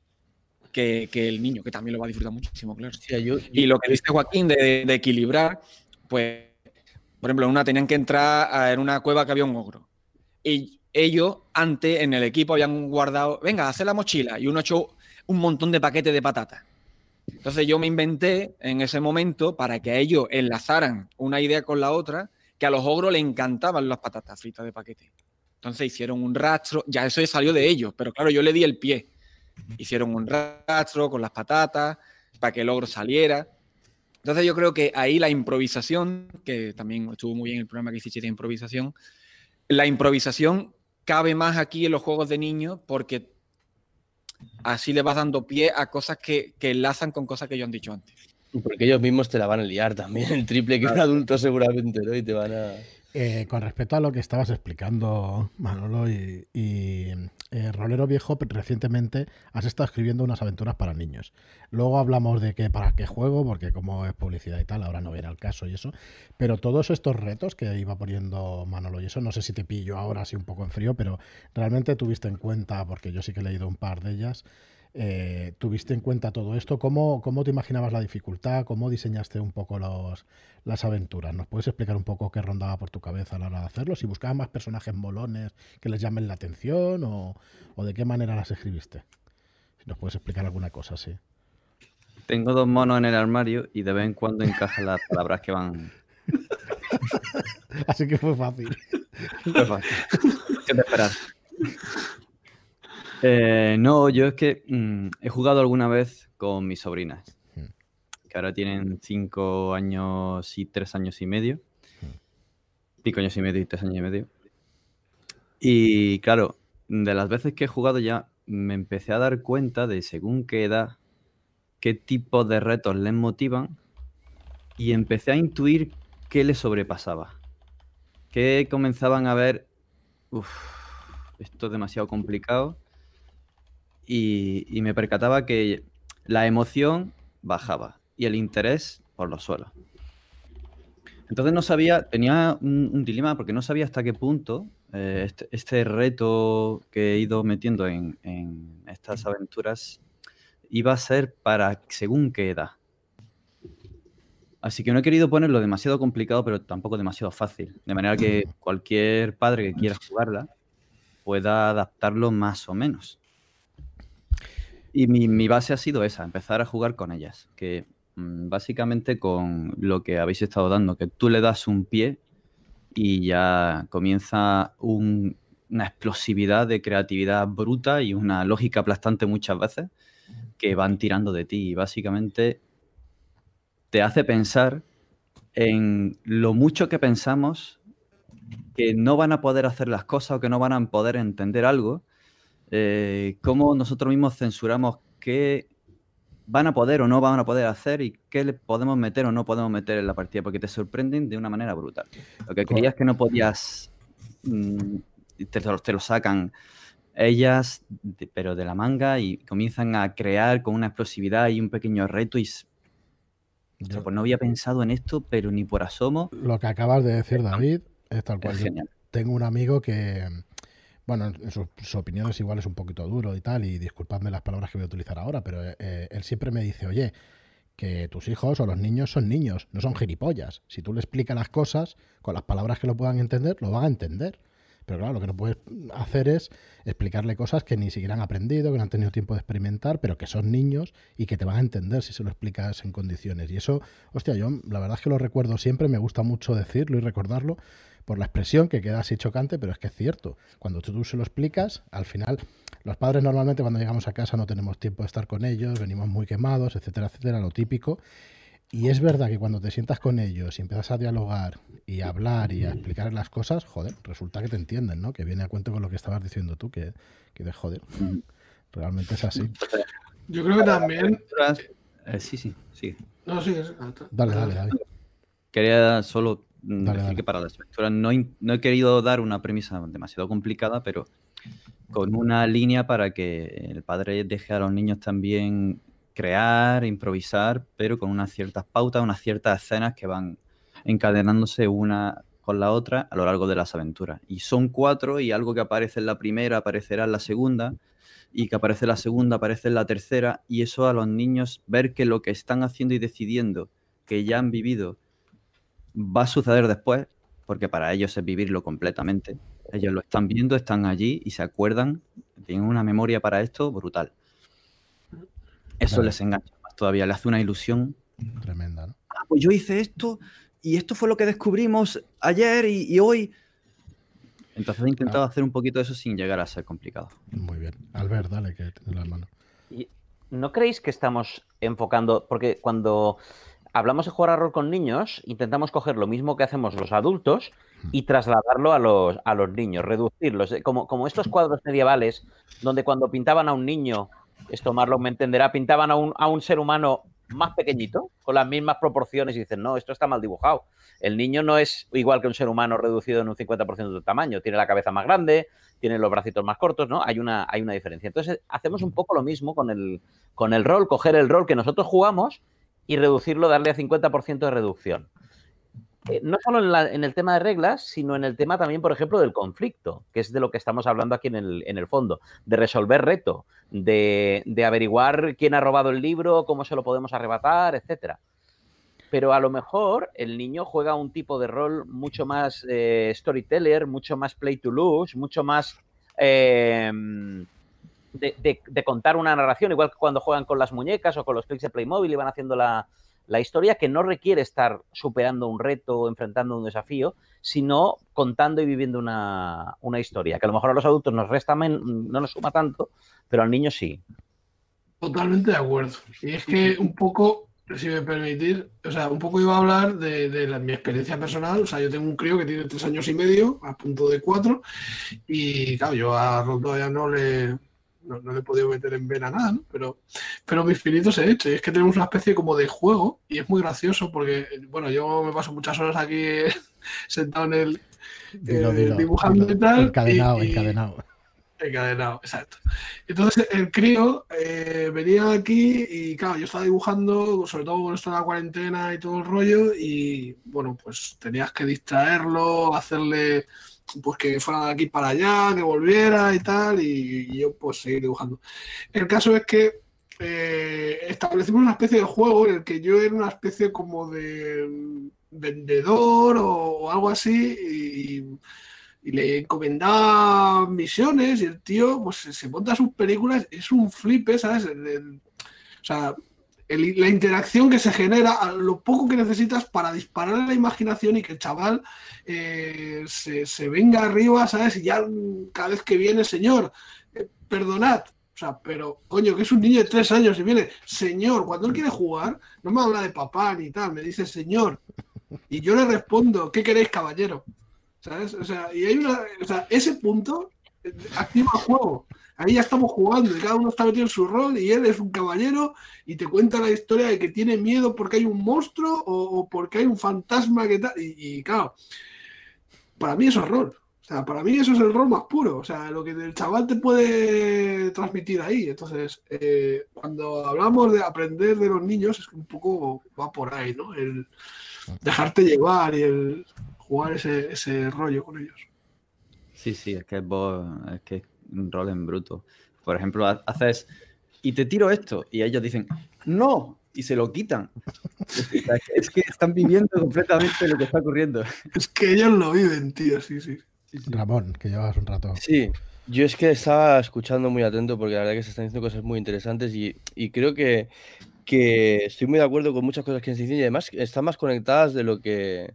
que el niño, que también lo va a disfrutar muchísimo, claro. Hostia, y lo que dice Joaquín de equilibrar, pues, por ejemplo, en una tenían que entrar en una cueva que había un ogro. Y ellos, antes, en el equipo, habían guardado, venga, hacer la mochila, y uno echó un montón de paquetes de patatas. Entonces yo me inventé en ese momento, para que a ellos enlazaran una idea con la otra, que a los ogros les encantaban las patatas fritas de paquete. Entonces hicieron un rastro, ya eso salió de ellos, pero claro, yo le di el pie. Hicieron un rastro con las patatas, para que el ogro saliera. Entonces yo creo que ahí la improvisación, que también estuvo muy bien el programa que hiciste de improvisación, la improvisación cabe más aquí en los juegos de niños porque así le vas dando pie a cosas que enlazan con cosas que ellos han dicho antes. Porque ellos mismos te la van a liar también, el triple que un adulto seguramente, ¿no? Y te van a... Con respecto a lo que estabas explicando, Manolo, Rolero Viejo, recientemente has estado escribiendo unas aventuras para niños. Luego hablamos de que para qué juego, porque como es publicidad y tal, ahora no viene al caso y eso. Pero todos estos retos que iba poniendo Manolo y eso, no sé si te pillo ahora así un poco en frío, pero realmente tuviste en cuenta, porque yo sí que he leído un par de ellas, ¿tuviste en cuenta todo esto? ¿Cómo te imaginabas la dificultad? ¿Cómo diseñaste un poco las aventuras? ¿Nos puedes explicar un poco qué rondaba por tu cabeza a la hora de hacerlo? ¿Si buscabas más personajes molones que les llamen la atención o de qué manera las escribiste? Si nos puedes explicar alguna cosa, sí. Tengo 2 monos en el armario y de vez en cuando encajan las palabras que van... Así que fue fácil. Fue fácil. ¿Qué te esperas? No, yo es que he jugado alguna vez con mis sobrinas, que ahora tienen 5 años y 3 años y medio. 5 años y medio y 3 años y medio. Y claro, de las veces que he jugado ya me empecé a dar cuenta de según qué edad, qué tipo de retos les motivan y empecé a intuir qué les sobrepasaba. Que comenzaban a ver, esto es demasiado complicado. Y me percataba que la emoción bajaba y el interés por los suelos. Entonces no sabía, tenía un dilema porque no sabía hasta qué punto este reto que he ido metiendo en estas aventuras iba a ser para según qué edad. Así que no he querido ponerlo demasiado complicado, pero tampoco demasiado fácil. De manera que cualquier padre que quiera jugarla pueda adaptarlo más o menos. Y mi base ha sido esa, empezar a jugar con ellas. Que básicamente con lo que habéis estado dando, que tú le das un pie y ya comienza una explosividad de creatividad bruta y una lógica aplastante muchas veces que van tirando de ti. Y básicamente te hace pensar en lo mucho que pensamos que no van a poder hacer las cosas o que no van a poder entender algo. Cómo nosotros mismos censuramos qué van a poder o no van a poder hacer y qué le podemos meter o no podemos meter en la partida, porque te sorprenden de una manera brutal. Lo que creías que no podías, te lo sacan ellas, pero de la manga, y comienzan a crear con una explosividad y un pequeño reto y... pues no había pensado en esto, pero ni por asomo. Lo que acabas de decir, David, es tal cual. Es genial. Tengo un amigo que... Bueno, en sus opiniones igual es un poquito duro y tal, y disculpadme las palabras que voy a utilizar ahora, pero él siempre me dice, oye, que tus hijos o los niños son niños, no son gilipollas. Si tú le explicas las cosas con las palabras que lo puedan entender, lo van a entender. Pero claro, lo que no puedes hacer es explicarle cosas que ni siquiera han aprendido, que no han tenido tiempo de experimentar, pero que son niños y que te van a entender si se lo explicas en condiciones. Y eso, hostia, yo la verdad es que lo recuerdo siempre, me gusta mucho decirlo y recordarlo, por la expresión que queda así chocante, pero es que es cierto. Cuando tú se lo explicas, al final, los padres normalmente cuando llegamos a casa no tenemos tiempo de estar con ellos, venimos muy quemados, etcétera, etcétera, lo típico. Y es verdad que cuando te sientas con ellos y empiezas a dialogar y a hablar y a explicar las cosas, joder, resulta que te entienden, ¿no? Que viene a cuento con lo que estabas diciendo tú, que de joder, realmente es así. Yo creo que también... Sí. No, sí. Dale, David. Quería solo decir que para las aventuras no he querido dar una premisa demasiado complicada, pero con una línea para que el padre deje a los niños también crear, improvisar, pero con unas ciertas pautas, unas ciertas escenas que van encadenándose una con la otra a lo largo de las aventuras. Y son 4 y algo que aparece en la primera aparecerá en la segunda y que aparece en la segunda aparece en la tercera, y eso a los niños ver que lo que están haciendo y decidiendo que ya han vivido va a suceder después, porque para ellos es vivirlo completamente. Ellos lo están viendo, están allí y se acuerdan, tienen una memoria para esto brutal. Eso claro. Les engancha más todavía, le hace una ilusión tremenda, ¿no? Ah, pues yo hice esto y esto fue lo que descubrimos ayer y hoy. Entonces he intentado hacer un poquito de eso sin llegar a ser complicado. Muy bien. Albert, dale, que tienes las manos. ¿no creéis que estamos enfocando? Porque cuando hablamos de jugar a rol con niños, intentamos coger lo mismo que hacemos los adultos y trasladarlo a los niños, reducirlos. Como estos cuadros medievales, donde cuando pintaban a un niño, esto Marlon me entenderá, pintaban a un ser humano más pequeñito, con las mismas proporciones, y dicen, no, esto está mal dibujado. El niño no es igual que un ser humano reducido en un 50% de tamaño. Tiene la cabeza más grande, tiene los bracitos más cortos, ¿no? Hay una diferencia. Entonces, hacemos un poco lo mismo con el rol, coger el rol que nosotros jugamos y reducirlo, darle a 50% de reducción. No solo en el tema de reglas, sino en el tema también, por ejemplo, del conflicto, que es de lo que estamos hablando aquí en el fondo, de resolver reto, de averiguar quién ha robado el libro, cómo se lo podemos arrebatar, etcétera. Pero a lo mejor el niño juega un tipo de rol mucho más storyteller, mucho más play to lose, mucho más de contar una narración, igual que cuando juegan con las muñecas o con los clics de Playmobil y van haciendo la historia, que no requiere estar superando un reto o enfrentando un desafío, sino contando y viviendo una historia, que a lo mejor a los adultos nos resta no nos suma tanto, pero al niño sí. Totalmente de acuerdo. Y es que un poco, si me permitís, o sea, un poco iba a hablar de mi experiencia personal. O sea, yo tengo un crío que tiene 3 años y medio, a punto de 4, y claro, yo a Rol todavía no le he podido meter en vena nada, ¿no? Pero mis pinitos he hecho. Y es que tenemos una especie como de juego, y es muy gracioso porque, bueno, yo me paso muchas horas aquí sentado en el dibujando y tal. Encadenado. Encadenado, exacto. Entonces el crío venía aquí y claro, yo estaba dibujando, sobre todo con esto de la cuarentena y todo el rollo, y bueno, pues tenías que distraerlo, hacerle pues que fuera de aquí para allá, que volviera y tal, y yo pues seguir dibujando. El caso es que establecimos una especie de juego en el que yo era una especie como de vendedor o algo así, y le encomendaba misiones, y el tío pues se monta sus películas, es un flipe, ¿sabes? O sea, la interacción que se genera, a lo poco que necesitas para disparar en la imaginación y que el chaval se venga arriba, ¿sabes? Y ya cada vez que viene, señor, perdonad. O sea, pero, coño, que es un niño de 3 años y viene, señor, cuando él quiere jugar, no me habla de papá ni tal, me dice señor. Y yo le respondo, ¿qué queréis, caballero? ¿Sabes? O sea, y hay ese punto activa el juego. Ahí ya estamos jugando y cada uno está metido en su rol y él es un caballero y te cuenta la historia de que tiene miedo porque hay un monstruo o porque hay un fantasma que tal. Y claro, para mí eso es rol. O sea, para mí eso es el rol más puro. O sea, lo que el chaval te puede transmitir ahí. Entonces, cuando hablamos de aprender de los niños, es que un poco va por ahí, ¿no? El dejarte llevar y el jugar ese rollo con ellos. Sí, es que es un rol en bruto. Por ejemplo, haces y te tiro esto y ellos dicen ¡no! Y se lo quitan. Es que están viviendo completamente lo que está ocurriendo. Es que ellos lo viven, tío, sí. Ramón, que llevas un rato. Sí, yo es que estaba escuchando muy atento porque la verdad que se están diciendo cosas muy interesantes y creo que estoy muy de acuerdo con muchas cosas que se dicen y además están más conectadas de lo que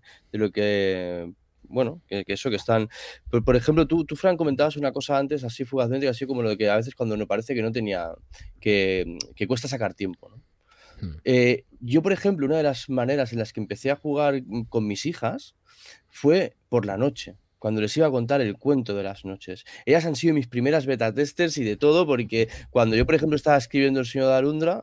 bueno, que eso que están. Por ejemplo, tú, Fran, comentabas una cosa antes así fugazmente, así como lo de que a veces cuando me parece que no tenía, que cuesta sacar tiempo, ¿no? Yo, por ejemplo, una de las maneras en las que empecé a jugar con mis hijas fue por la noche, cuando les iba a contar el cuento de las noches. Ellas han sido mis primeras beta testers y de todo, porque cuando yo, por ejemplo, estaba escribiendo El Señor de Alundra,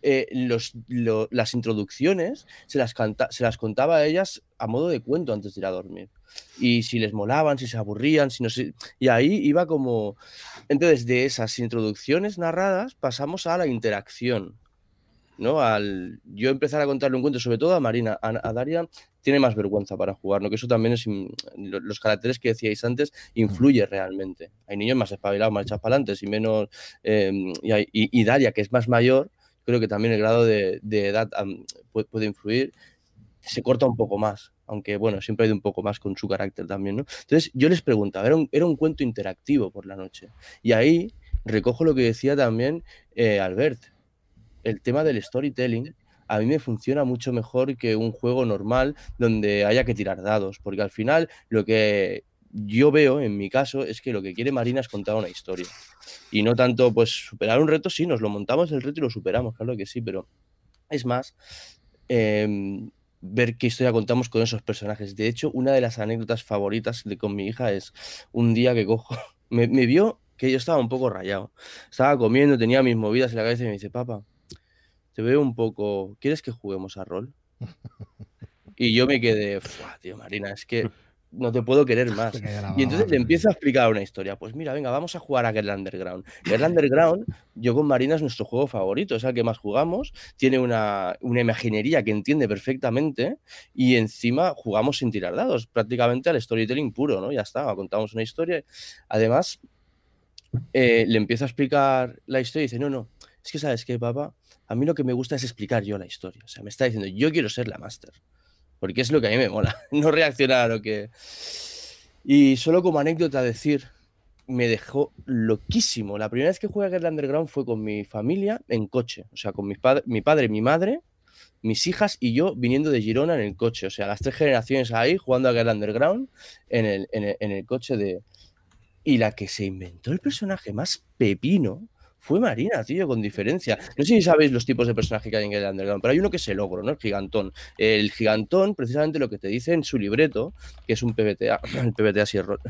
las introducciones se las contaba a ellas a modo de cuento antes de ir a dormir. Y si les molaban, si se aburrían, si no sé. Y ahí iba como. Entonces, de esas introducciones narradas pasamos a la interacción, ¿no? Al yo empezar a contarle un cuento, sobre todo a Marina. A Daria tiene más vergüenza para jugar, ¿no? Que eso también es. Los caracteres que decíais antes influye realmente. Hay niños más espabilados, más echados para adelante, y menos. Y Daria, que es más mayor, creo que también el grado de edad puede influir. Se corta un poco más, aunque bueno, siempre ha ido un poco más con su carácter también, ¿no? Entonces yo les preguntaba, era un cuento interactivo por la noche. Y ahí recojo lo que decía también Albert. El tema del storytelling a mí me funciona mucho mejor que un juego normal donde haya que tirar dados, porque al final lo que yo veo, en mi caso, es que lo que quiere Marina es contar una historia. Y no tanto, pues, superar un reto, sí, nos lo montamos el reto y lo superamos, claro que sí, pero es más ver qué historia contamos con esos personajes. De hecho, una de las anécdotas favoritas con mi hija es un día que cojo, me vio que yo estaba un poco rayado. Estaba comiendo, tenía mis movidas en la cabeza y me dice, papá, te veo un poco, ¿quieres que juguemos a rol? Y yo me quedé, tío, Marina, es que no te puedo querer más. Y entonces le empiezo a explicar una historia. Pues mira, venga, vamos a jugar a Girl Underground. Girl Underground, yo con Marina es nuestro juego favorito, es el que más jugamos. Tiene una imaginería que entiende perfectamente y encima jugamos sin tirar dados, prácticamente al storytelling puro, ¿no? Ya está, contamos una historia. Además, le empiezo a explicar la historia y dice, no, es que ¿sabes qué, papá? A mí lo que me gusta es explicar yo la historia. O sea, me está diciendo, yo quiero ser la máster. Porque es lo que a mí me mola, no reaccionar a lo que... Y solo como anécdota decir, me dejó loquísimo. La primera vez que jugué a Girl Underground fue con mi familia en coche. O sea, con mi padre, mi madre, mis hijas y yo viniendo de Girona en el coche. O sea, las 3 generaciones ahí jugando a Girl Underground en el coche de... Y la que se inventó el personaje más pepino fue Marina, tío, con diferencia. No sé si sabéis los tipos de personaje que hay en el Underground, pero hay uno que es el ogro, ¿no? El gigantón. El gigantón, precisamente lo que te dice en su libreto, que es un PBTA, el PBTA sí es rol.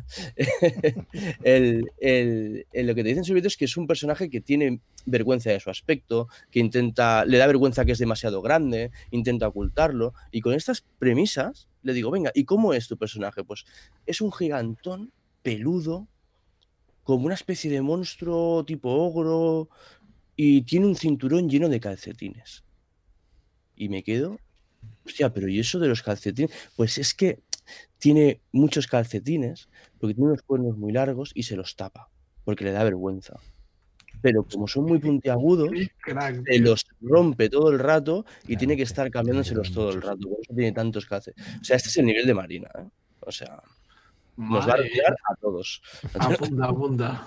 Lo que te dice en su libreto es que es un personaje que tiene vergüenza de su aspecto, que le da vergüenza que es demasiado grande, intenta ocultarlo, y con estas premisas le digo, venga, ¿y cómo es tu personaje? Pues es un gigantón peludo, como una especie de monstruo tipo ogro y tiene un cinturón lleno de calcetines. Y me quedo, hostia, pero ¿y eso de los calcetines? Pues es que tiene muchos calcetines porque tiene unos cuernos muy largos y se los tapa porque le da vergüenza. Pero como son muy puntiagudos, se los rompe todo el rato y tiene que estar cambiándoselos todo el rato. Por eso tiene tantos calcetines. O sea, este es el nivel de Marina, ¿eh? O sea... Nos va a retirar a todos. Abunda.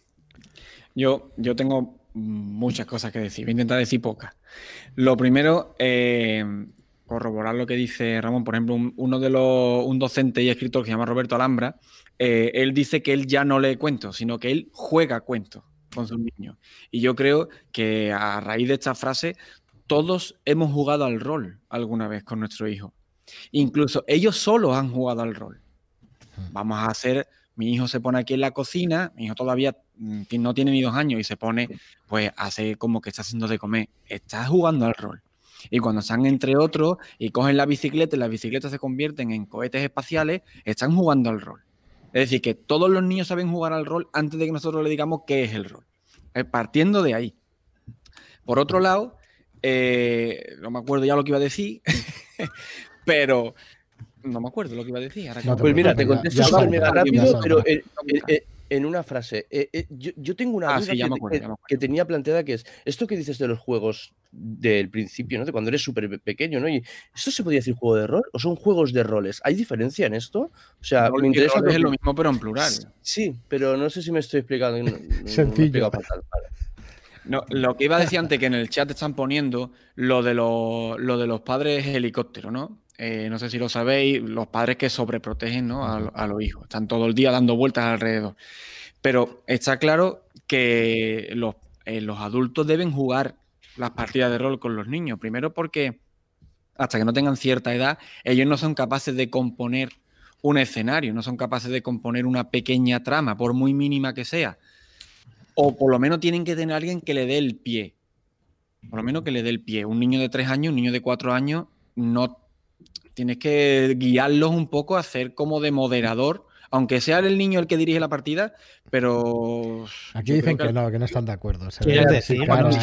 Yo tengo muchas cosas que decir. Voy a intentar decir pocas. Lo primero, corroborar lo que dice Ramón. Por ejemplo, un docente y escritor que se llama Roberto Alhambra, él dice que él ya no lee cuentos, sino que él juega cuentos con sus niños. Y yo creo que a raíz de esta frase, todos hemos jugado al rol alguna vez con nuestro hijo. Incluso ellos solos han jugado al rol. Vamos a hacer, mi hijo se pone aquí en la cocina, mi hijo todavía no tiene ni 2 años y se pone, pues hace como que está haciendo de comer. Está jugando al rol. Y cuando están entre otros y cogen la bicicleta y las bicicletas se convierten en cohetes espaciales, están jugando al rol. Es decir, que todos los niños saben jugar al rol antes de que nosotros le digamos qué es el rol. Partiendo de ahí. Por otro lado, no me acuerdo ya lo que iba a decir, pero... No me acuerdo lo que iba a decir. Ahora pues mira, te contesto súper mega rápido, pero en una frase. Yo tengo una duda que tenía planteada, que es esto que dices de los juegos del principio, ¿no? De cuando eres súper pequeño, ¿no? Y ¿esto se podría decir juego de rol o son juegos de roles? ¿Hay diferencia en esto? O sea, me interesa. Es lo mismo, pero en plural. Sí, pero no sé si me estoy explicando. Sencillo. No, lo que iba a decir antes, que en el chat están poniendo lo de los padres helicópteros, ¿no? No sé si lo sabéis, los padres que sobreprotegen, ¿no? a los hijos. Están todo el día dando vueltas alrededor. Pero está claro que los adultos deben jugar las partidas de rol con los niños. Primero porque hasta que no tengan cierta edad, ellos no son capaces de componer un escenario, no son capaces de componer una pequeña trama, por muy mínima que sea. O por lo menos tienen que tener a alguien que le dé el pie. Por lo menos que le dé el pie. Un niño de 3 años, un niño de 4 años, no... Tienes que guiarlos un poco a hacer como de moderador, aunque sea el niño el que dirige la partida, pero... Aquí dieron que no están de acuerdo. Quieres decir,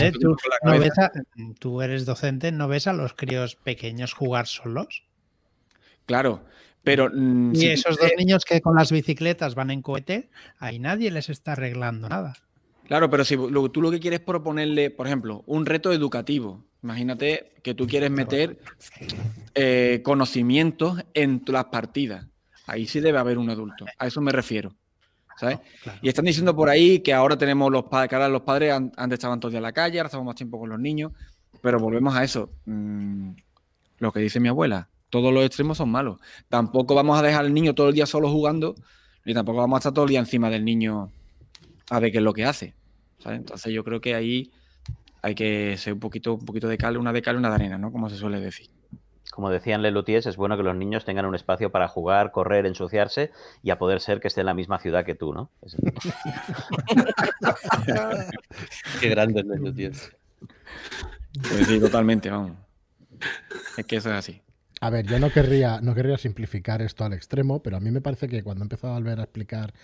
tú eres docente, ¿no ves a los críos pequeños jugar solos? Claro, pero... Y si esos 2 niños que con las bicicletas van en cohete, ahí nadie les está arreglando nada. Claro, pero si tú lo que quieres proponerle, por ejemplo, un reto educativo. Imagínate que tú quieres meter conocimientos en las partidas. Ahí sí debe haber un adulto. A eso me refiero. ¿Sabes? Claro. Y están diciendo por ahí que ahora tenemos los padres, que ahora los padres antes estaban todos días en la calle, ahora estamos más tiempo con los niños. Pero volvemos a eso. Lo que dice mi abuela, todos los extremos son malos. Tampoco vamos a dejar al niño todo el día solo jugando. Y tampoco vamos a estar todo el día encima del niño a ver qué es lo que hace, ¿sabes? Entonces yo creo que ahí hay que ser un poquito de cal, una de cal y una de arena, ¿no? Como se suele decir. Como decían Lelutiers, es bueno que los niños tengan un espacio para jugar, correr, ensuciarse y a poder ser que esté en la misma ciudad que tú, ¿no? Qué grande es Lelutiers. Pues sí, totalmente, vamos. Es que eso es así. A ver, yo no querría simplificar esto al extremo, pero a mí me parece que cuando he empezado a Albert a explicar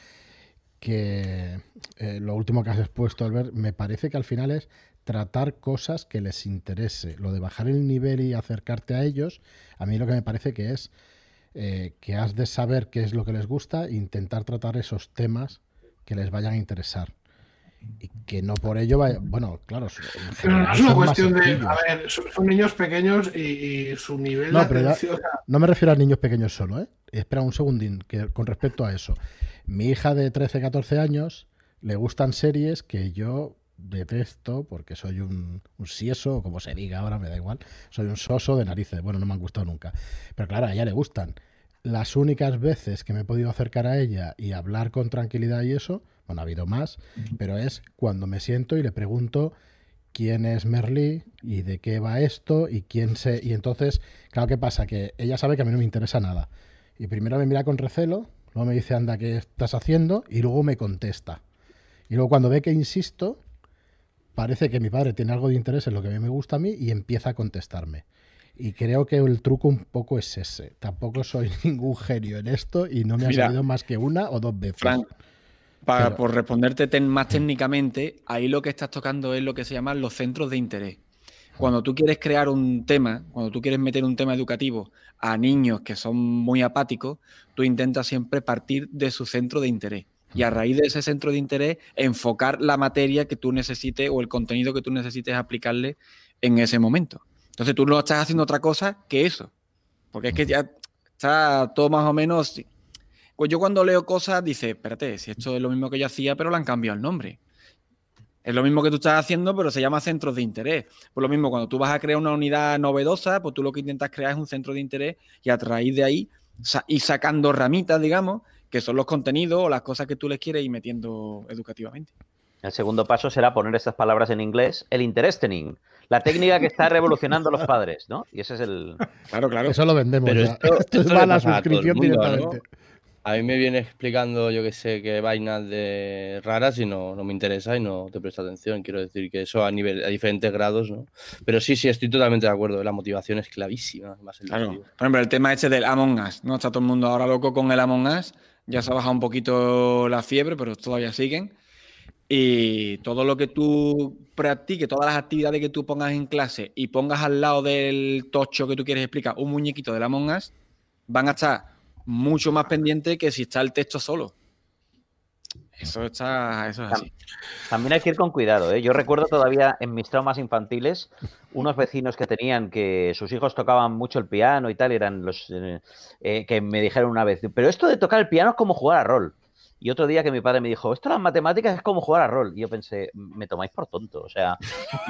que lo último que has expuesto, Albert, me parece que al final es tratar cosas que les interese. Lo de bajar el nivel y acercarte a ellos, a mí lo que me parece que es que has de saber qué es lo que les gusta e intentar tratar esos temas que les vayan a interesar. Y que no por ello vaya... Bueno, claro... Pero no es una cuestión de... A ver, son niños pequeños y su nivel de atención... No me refiero a niños pequeños solo, ¿eh? Espera un segundín, que con respecto a eso. Mi hija de 13, 14 años le gustan series que yo detesto porque soy un sieso, o como se diga ahora, me da igual. Soy un soso de narices. Bueno, no me han gustado nunca. Pero claro, a ella le gustan. Las únicas veces que me he podido acercar a ella y hablar con tranquilidad y eso... Bueno, ha habido más, pero es cuando me siento y le pregunto quién es Merlí y de qué va esto y quién se... Y entonces, claro, ¿qué pasa? Que ella sabe que a mí no me interesa nada. Y primero me mira con recelo, luego me dice, anda, ¿qué estás haciendo? Y luego me contesta. Y luego cuando ve que insisto, parece que mi padre tiene algo de interés en lo que a mí me gusta a mí y empieza a contestarme. Y creo que el truco un poco es ese. Tampoco soy ningún genio en esto y no me ha salido más que una o dos veces. Frank, por responderte más técnicamente, ahí lo que estás tocando es lo que se llaman los centros de interés. Cuando tú quieres crear un tema, cuando tú quieres meter un tema educativo a niños que son muy apáticos, tú intentas siempre partir de su centro de interés. Y a raíz de ese centro de interés, enfocar la materia que tú necesites o el contenido que tú necesites aplicarle en ese momento. Entonces tú no estás haciendo otra cosa que eso. Porque es que ya está todo más o menos... Pues yo cuando leo cosas, dice, espérate, si esto es lo mismo que yo hacía, pero le han cambiado el nombre. Es lo mismo que tú estás haciendo, pero se llama centros de interés. Pues lo mismo, cuando tú vas a crear una unidad novedosa, pues tú lo que intentas crear es un centro de interés y a raíz de ahí ir sacando ramitas, digamos, que son los contenidos o las cosas que tú les quieres ir metiendo educativamente. El segundo paso será poner estas palabras en inglés, el interesting, la técnica que está revolucionando a los padres, ¿no? Y ese es el... Claro. Eso lo vendemos. Pero ya. esto va a la le pasa a todo el suscripción mundo, directamente. ¿no? A mí me viene explicando, yo que sé, qué vainas de raras y no me interesa y no te presto atención. Quiero decir que eso a diferentes grados, ¿no? Pero sí, estoy totalmente de acuerdo. La motivación es clavísima. Claro. Por ejemplo, el tema este del Among Us, ¿no? Está todo el mundo ahora loco con el Among Us. Ya se ha bajado un poquito la fiebre, pero todavía siguen. Y todo lo que tú practiques, todas las actividades que tú pongas en clase y pongas al lado del tocho que tú quieres explicar un muñequito del Among Us, van a estar mucho más pendiente que si está el texto solo. Eso es así. También hay que ir con cuidado, ¿eh? Yo recuerdo todavía en mis traumas infantiles unos vecinos que tenían que sus hijos tocaban mucho el piano y tal, y eran los que me dijeron una vez, pero esto de tocar el piano es como jugar a rol. Y otro día que mi padre me dijo, esto de las matemáticas es como jugar a rol. Y yo pensé, me tomáis por tonto, o sea,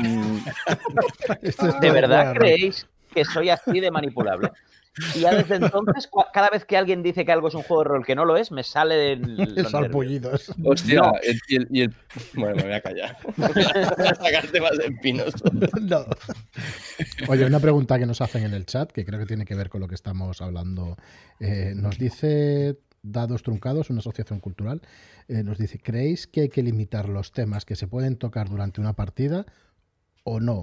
¿de verdad creéis que soy así de manipulable? Y ya desde entonces, cada vez que alguien dice que algo es un juego de rol que no lo es, me sale los salpullidos. Hostia, no. Bueno, me voy a callar. Voy a sacarte más espinos. No. Oye, una pregunta que nos hacen en el chat, que creo que tiene que ver con lo que estamos hablando. Nos dice Dados Truncados, una asociación cultural, nos dice, ¿creéis que hay que limitar los temas que se pueden tocar durante una partida o no?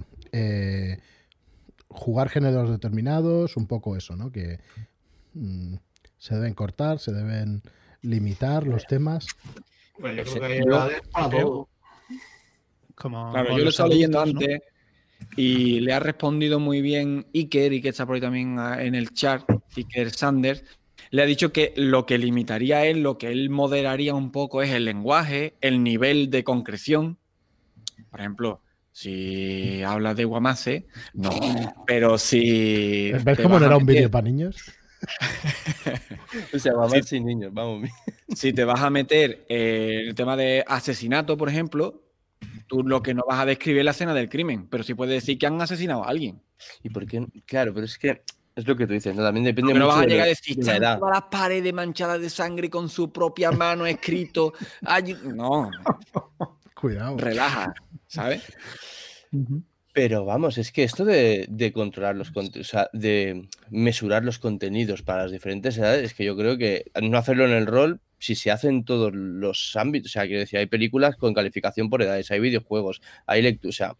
Jugar géneros determinados, un poco eso, ¿no? Que se deben cortar, se deben limitar los temas. Bueno, yo creo que hay edades para todo. Claro, yo lo estaba leyendo antes, ¿no? Y le ha respondido muy bien Iker, y que está por ahí también en el chat, Iker Sanders. Le ha dicho que lo que limitaría él, lo que él moderaría un poco es el lenguaje, el nivel de concreción. Por ejemplo, si hablas de Guamase, no. Pero si... ¿Ves cómo no era un vídeo para niños? O sea, Guamase sin niños, vamos. Si te vas a meter el tema de asesinato, por ejemplo, tú lo que no vas a describir es la escena del crimen, pero sí puedes decir que han asesinado a alguien. ¿Y por qué? Claro, pero es que Es lo que tú dices, ¿no? También depende Pero no mucho vas a de llegar a decir, de la edad. todas las paredes manchadas de sangre con su propia mano escrito. No, Cuidado. relaja, ¿sabes? Pero vamos, es que esto de controlar o sea, de mesurar los contenidos para las diferentes edades, es que yo creo que no hacerlo en el rol, si se hace en todos los ámbitos, o sea, quiero decir, hay películas con calificación por edades, hay videojuegos, hay lectura, o sea...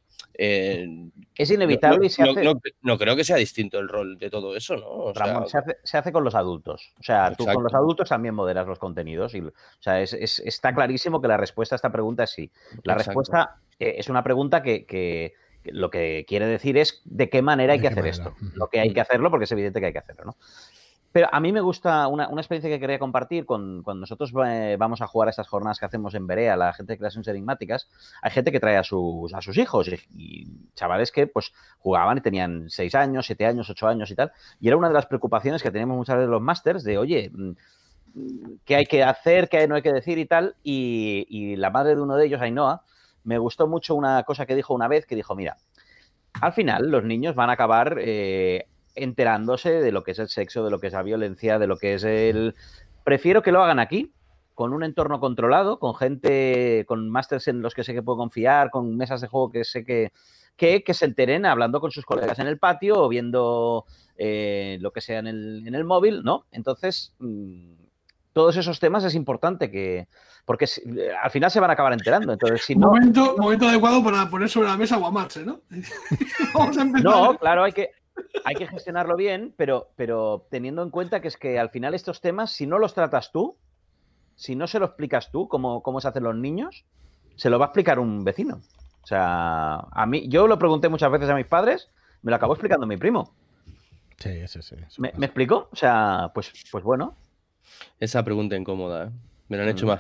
es inevitable y se hace... No creo que sea distinto el rol de todo eso, ¿no? O Ramón, sea, se hace con los adultos. O sea, tú exacto. con los adultos también moderas los contenidos. O sea, está clarísimo que la respuesta a esta pregunta es sí. La Exacto. respuesta es una pregunta que lo que quiere decir es de qué manera hay ¿De que qué hacer manera? esto. Lo que hay que hacerlo, porque es evidente que hay que hacerlo, ¿no? Pero a mí me gusta una experiencia que quería compartir cuando nosotros vamos a jugar a estas jornadas que hacemos en Berea, la gente de creaciones enigmáticas. Hay gente que trae a sus hijos y chavales que pues jugaban y tenían 6 años, 7 años, 8 años y tal. Y era una de las preocupaciones que teníamos muchas veces los másters de, oye, ¿qué hay que hacer? ¿Qué no hay que decir y tal? Y la madre de uno de ellos, Ainhoa, me gustó mucho una cosa que dijo una vez, que dijo, mira, al final los niños van a acabar... enterándose de lo que es el sexo, de lo que es la violencia, de lo que es el... Prefiero que lo hagan aquí, con un entorno controlado, con gente, con másters en los que sé que puedo confiar, con mesas de juego que sé que se enteren hablando con sus colegas en el patio o viendo lo que sea en el móvil, ¿no? Entonces, todos esos temas es importante porque al final se van a acabar enterando. Entonces, si no... Momento adecuado para poner sobre la mesa Guamatse, ¿no? Vamos a empezar. No, claro, hay que gestionarlo bien, pero teniendo en cuenta que es que al final estos temas, si no los tratas tú, si no se lo explicas tú cómo se hacen los niños, se lo va a explicar un vecino. O sea, a mí, yo lo pregunté muchas veces a mis padres, me lo acabó explicando mi primo. Sí. ¿Me explicó? O sea, pues bueno. Esa pregunta incómoda, ¿eh? Me la han hecho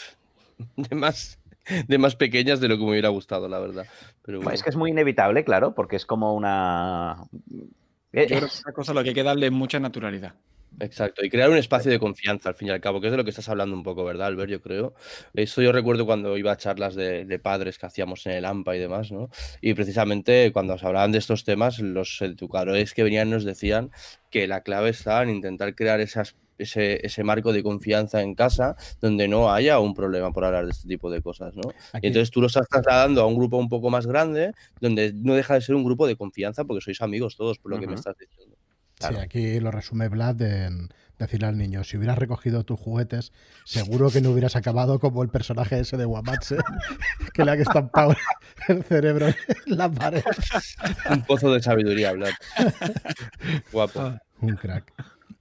de más pequeñas de lo que me hubiera gustado, la verdad. Pero bueno. Es que es muy inevitable, claro, porque es como una... Yo creo que esa cosa lo que hay que darle es mucha naturalidad. Exacto, y crear un espacio de confianza al fin y al cabo, que es de lo que estás hablando un poco, ¿verdad, Albert? Yo creo. Eso yo recuerdo cuando iba a charlas de padres que hacíamos en el AMPA y demás, ¿no? Y precisamente cuando se hablaban de estos temas, los educadores que venían nos decían que la clave está en intentar crear ese marco de confianza en casa donde no haya un problema por hablar de este tipo de cosas, ¿no? Y entonces tú lo estás trasladando a un grupo un poco más grande donde no deja de ser un grupo de confianza porque sois amigos todos, por lo que me estás diciendo. Claro. Sí, aquí lo resume Vlad en decirle al niño, si hubieras recogido tus juguetes, seguro que no hubieras acabado como el personaje ese de Guamatse, que le ha estampado el cerebro en la pared. Un pozo de sabiduría, Vlad. Guapo. Un crack.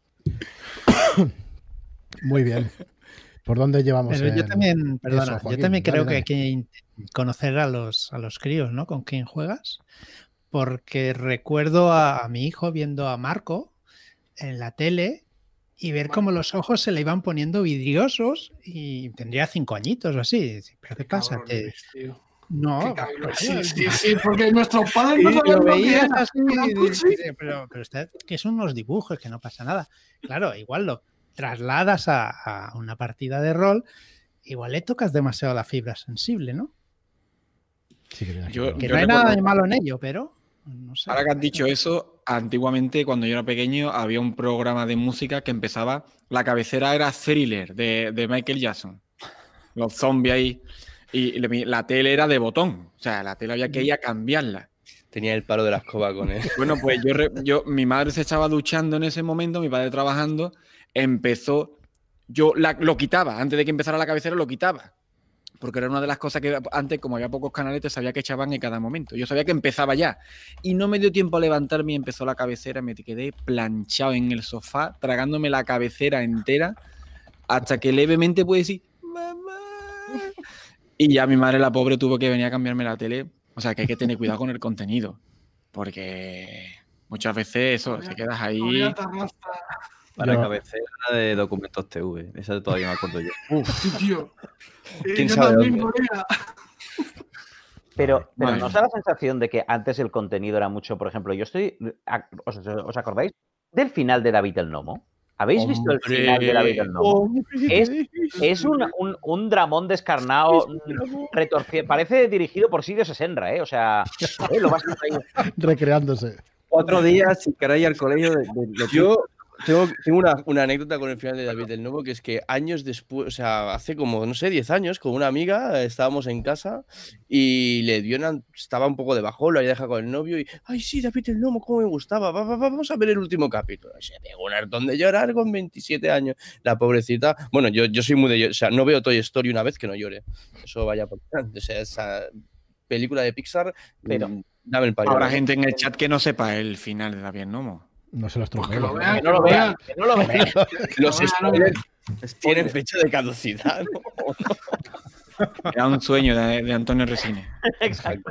Muy bien. ¿Por dónde llevamos? Pero yo también, perdona, Joaquín, yo también creo dale. que hay que conocer a los críos, ¿no? Con quién juegas. Porque recuerdo a mi hijo viendo a Marco en la tele y ver cómo los ojos se le iban poniendo vidriosos y tendría 5 añitos o así. ¿Pero qué pasa? No, sí, porque nuestros padres no sabían lo lo que veías era. así, pero que son unos dibujos, que no pasa nada. Claro, igual lo trasladas a una partida de rol, igual le tocas demasiado la fibra sensible, ¿no? Sí, que no hay nada de malo en ello, pero no sé. Ahora que has dicho eso, antiguamente cuando yo era pequeño había un programa de música que empezaba, la cabecera era Thriller de Michael Jackson, los zombies ahí, y la tele era de botón, o sea, la tele había que ir a cambiarla. Tenía el palo de la escoba con él. Bueno, pues mi madre se estaba duchando en ese momento, mi padre trabajando, lo quitaba, antes de que empezara la cabecera lo quitaba. Porque era una de las cosas que antes, como había pocos canales, te sabía que echaban en cada momento. Yo sabía que empezaba ya. Y no me dio tiempo a levantarme y empezó la cabecera. Me quedé planchado en el sofá, tragándome la cabecera entera, hasta que levemente pude decir, ¡mamá! Y ya mi madre, la pobre, tuvo que venir a cambiarme la tele. O sea, que hay que tener cuidado con el contenido. Porque muchas veces eso, te quedas ahí... Para cabecera de Documentos TV. Esa todavía me acuerdo yo. Tío. ¿Quién sabe dónde? Pero ¿no os da la sensación de que antes el contenido era mucho, por ejemplo, ¿os acordáis del final de David el Gnomo? ¿Habéis visto el final de David el Gnomo? Es un dramón descarnado, retorcido. Parece dirigido por Sirio Sesenra, ¿eh? O sea, lo vas a ir recreándose. 4 días sin querer ir al colegio de lo que... Yo tengo una anécdota con el final de David el Nomo, que es que años después, o sea, hace como, no sé, 10 años, con una amiga, estábamos en casa y le dio estaba un poco de bajón, lo había dejado con el novio y, ay, sí, David el Nomo, cómo me gustaba, vamos a ver el último capítulo. Se pegó un hartón de llorar con 27 años, la pobrecita. Bueno, yo soy muy de, o sea, no veo Toy Story una vez que no llore. Eso vaya por delante. O sea, esa película de Pixar, Pero dame el payo. Habrá gente en el chat que no sepa el final de David Nomo. No se los Pues que trompeos. lo vean, que no lo vean, que no lo vean. Los No, spoilers tienen fecha de caducidad, ¿no? Era un sueño de Antonio Resines. Exacto.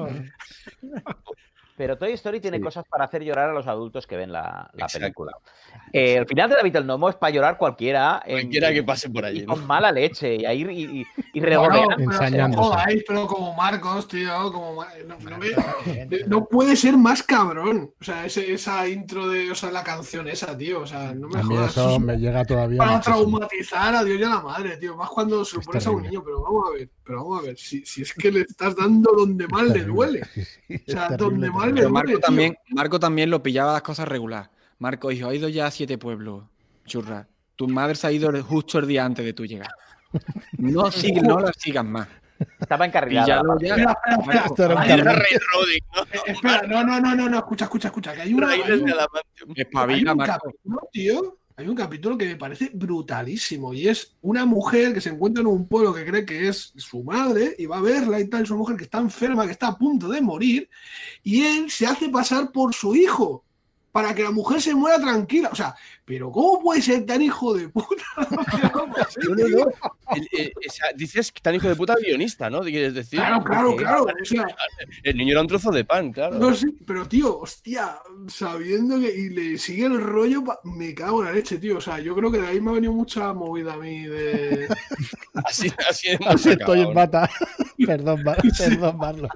Pero Toy Story tiene Sí. cosas para hacer llorar a los adultos que ven la Exacto. película. El final de David el Gnomo es para llorar cualquiera. Cualquiera que pase por allí, Y ¿no? con mala leche. Y ahí y Bueno, regodeando. pero Ensañándose. no jodáis, pero como Marcos, tío, no puede ser más cabrón. O sea, esa intro de, o sea, la canción esa, tío. O sea, no me A mí jodas. eso es me llega todavía para muchísimo. traumatizar a Dios y a la madre, tío. Más cuando se lo Es pones a un terrible. niño, pero vamos a ver. Si es que le estás dando donde más le Terrible. duele. Sí, sí, O sea, es donde terrible, más le terrible. Pero duele. Marco también lo pillaba las cosas regular. Marco dijo, ha ido ya a 7 pueblos, churra. Tu madre se ha ido justo el día antes de tu llegar. No la sigas más. Estaba encarrilada. Píllalo la ya. Espera. Esto era un Hay una- carril. Railroading, ¿no? Espera, no, escucha, que hay una. Raíles de adamantium. Hay Espabila, un Marco. capítulo, tío. Hay un capítulo que me parece brutalísimo y es una mujer que se encuentra en un pueblo que cree que es su madre y va a verla y tal, su mujer que está enferma, que está a punto de morir y él se hace pasar por su hijo para que la mujer se muera tranquila. O sea, pero ¿cómo puede ser tan hijo de puta? No. O sea, dices que tan hijo de puta guionista, ¿no? ¿Quieres decir? Claro. O sea, El niño era un trozo de pan, claro. no sé, pero tío, hostia, sabiendo que y le sigue el rollo, me cago en la leche, tío. O sea, yo creo que de ahí me ha venido mucha movida a mí de. Así hemos Así estoy acabado, en ¿no? bata. Perdón, Marlon.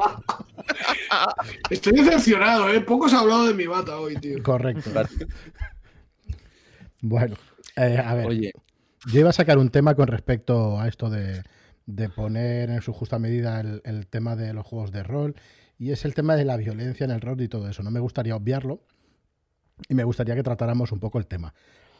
Estoy decepcionado, ¿eh? Poco se ha hablado de mi bata hoy, tío. Correcto. Bueno, a ver. Oye, Yo iba a sacar un tema con respecto a esto de poner en su justa medida el tema de los juegos de rol, y es el tema de la violencia en el rol y todo eso. No me gustaría obviarlo y me gustaría que tratáramos un poco el tema.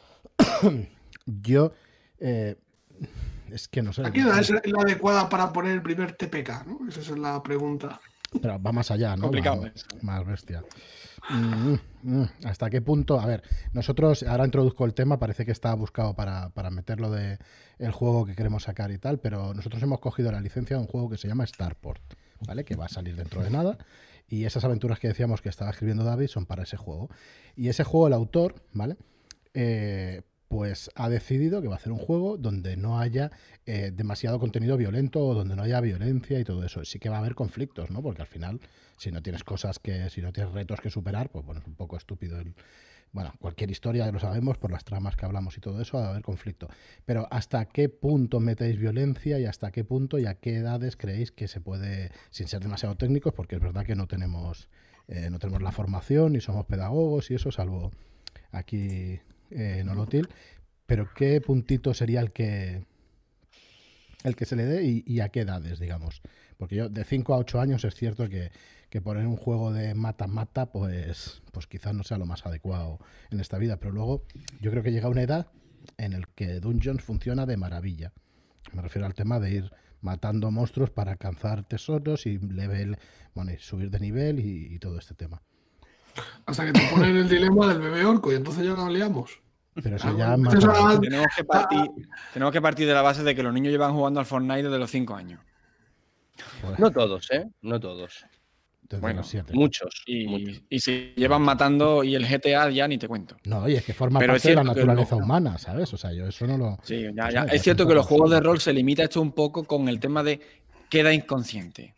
Yo, es que no sé. ¿A qué edad es la adecuada para poner el primer TPK? ¿No? Esa es la pregunta. Pero va más allá, ¿no? Complicado Más, eso. más bestia. ¿Hasta qué punto? A ver, nosotros, ahora introduzco el tema, parece que está buscado para meterlo de el juego que queremos sacar y tal, pero nosotros hemos cogido la licencia de un juego que se llama Starport, ¿vale? Que va a salir dentro de nada, y esas aventuras que decíamos que estaba escribiendo David son para ese juego. Y ese juego, el autor, ¿vale? Pues ha decidido que va a hacer un juego donde no haya demasiado contenido violento o donde no haya violencia y todo eso. Sí que va a haber conflictos, ¿no? Porque al final, si no tienes si no tienes retos que superar, pues bueno, es un poco estúpido. Bueno, cualquier historia, ya lo sabemos, por las tramas que hablamos y todo eso, va a haber conflicto. Pero ¿hasta qué punto metéis violencia y hasta qué punto y a qué edades creéis que se puede, sin ser demasiado técnicos, porque es verdad que no tenemos la formación ni somos pedagogos y eso, salvo aquí en Olotil, pero ¿qué puntito sería el que se le dé y a qué edades, digamos? Porque yo de 5 a 8 años es cierto que poner un juego de mata-mata pues quizás no sea lo más adecuado en esta vida, pero luego yo creo que llega una edad en el que Dungeons funciona de maravilla. Me refiero al tema de ir matando monstruos para alcanzar tesoros y y subir de nivel y todo este tema. Hasta que te ponen el dilema del bebé orco y entonces ya nos liamos. Pero eso ya más... Eso era- Tenemos que partir de la base de que los niños llevan jugando al Fortnite desde los 5 años. Joder, no todos, ¿eh? No todos. desde bueno, los 7. Muchos. Y se llevan matando y el GTA ya ni te cuento. No, y es que forma Pero es parte de la cierto que naturaleza no. humana, ¿sabes? O sea, yo eso no lo... Sí, eso ya. me parece Es cierto un que los poco juegos de absurdo. rol se limita esto un poco con el tema de queda inconsciente.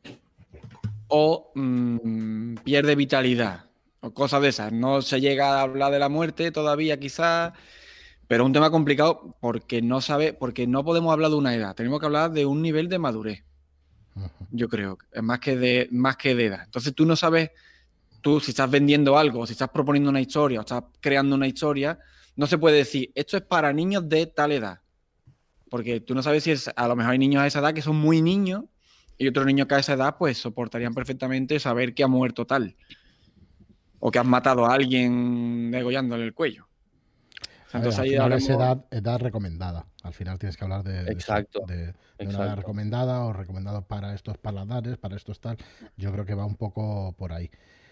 O pierde vitalidad. O cosas de esas. No se llega a hablar de la muerte todavía, quizás. Pero es un tema complicado porque no podemos hablar de una edad. Tenemos que hablar de un nivel de madurez. Ujú. Yo creo. Más que de edad. Entonces tú no sabes, si estás vendiendo algo, o si estás proponiendo una historia, o estás creando una historia, no se puede decir, esto es para niños de tal edad. Porque tú no sabes si a lo mejor hay niños a esa edad que son muy niños y otros niños que a esa edad pues soportarían perfectamente saber que ha muerto tal. o que has matado a alguien degollándole el cuello. Entonces, ahí es edad recomendada. Al final tienes que hablar de Exacto. De una edad recomendada o recomendado para estos paladares, para estos tal. Yo creo que va un poco por ahí.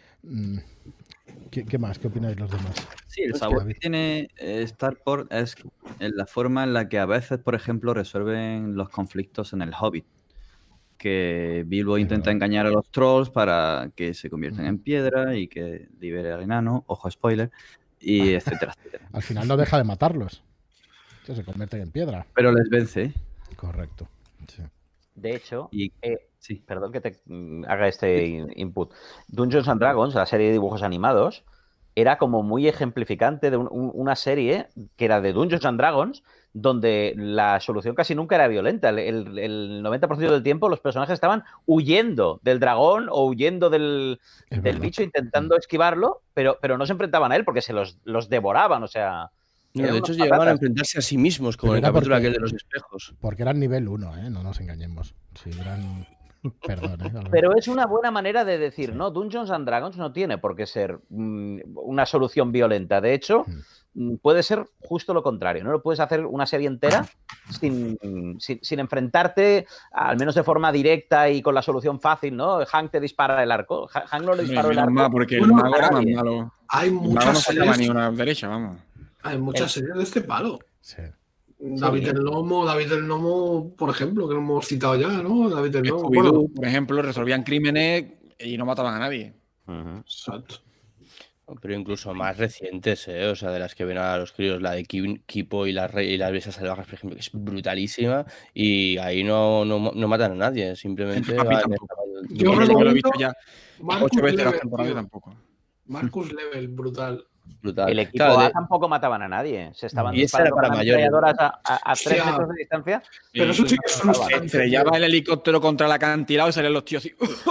¿Qué más? ¿Qué opináis los demás? Sí, el sabor que tiene Starport es en la forma en la que a veces, por ejemplo, resuelven los conflictos en el Hobbit. Que Bilbo intenta engañar a los trolls para que se conviertan en piedra y que libere al enano, ojo spoiler, y etcétera, etcétera. Al final no deja de matarlos. Se convierten en piedra. Pero les vence. Correcto. Sí. De hecho, sí. Perdón que te haga este input. Dungeons and Dragons, la serie de dibujos animados, era como muy ejemplificante de una serie que era de Dungeons and Dragons, donde la solución casi nunca era violenta. El 90% del tiempo los personajes estaban huyendo del dragón o huyendo del bicho, intentando esquivarlo, pero no se enfrentaban a él porque se los devoraban, o sea... No, de hecho, llegaban a enfrentarse a sí mismos, como en el capítulo aquel de los espejos. Porque eran nivel 1, ¿eh? No nos engañemos. Sí, eran... Perdón, Pero es una buena manera de decir, no, Dungeons and Dragons no tiene por qué ser una solución violenta. De hecho, puede ser justo lo contrario. No lo puedes hacer una serie entera sin enfrentarte, al menos de forma directa y con la solución fácil, ¿no? Hank te dispara el arco. Hank no le disparó el arco. Porque el mago era más malo. Hay muchas series. Ni una derecha, vamos. Hay muchas series de este palo. Sí. David el Nomo, por ejemplo, que lo hemos citado ya, ¿no? David el Nomo. Bueno, por ejemplo, resolvían crímenes y no mataban a nadie. Exacto. Pero incluso más recientes, ¿eh? O sea, de las que ven a los críos, la de Kipo y las bestias salvajes, por ejemplo, que es brutalísima y ahí no matan a nadie, simplemente... Yo lo he visto ya 8 veces la temporada tampoco. Marcus Level, brutal. El equipo A tampoco mataban a nadie. Se estaban disparando con ametralladoras a 3 metros de distancia. Pero eso sí que es frustrante. Estrellaba el helicóptero contra el acantilado y salían los tíos así.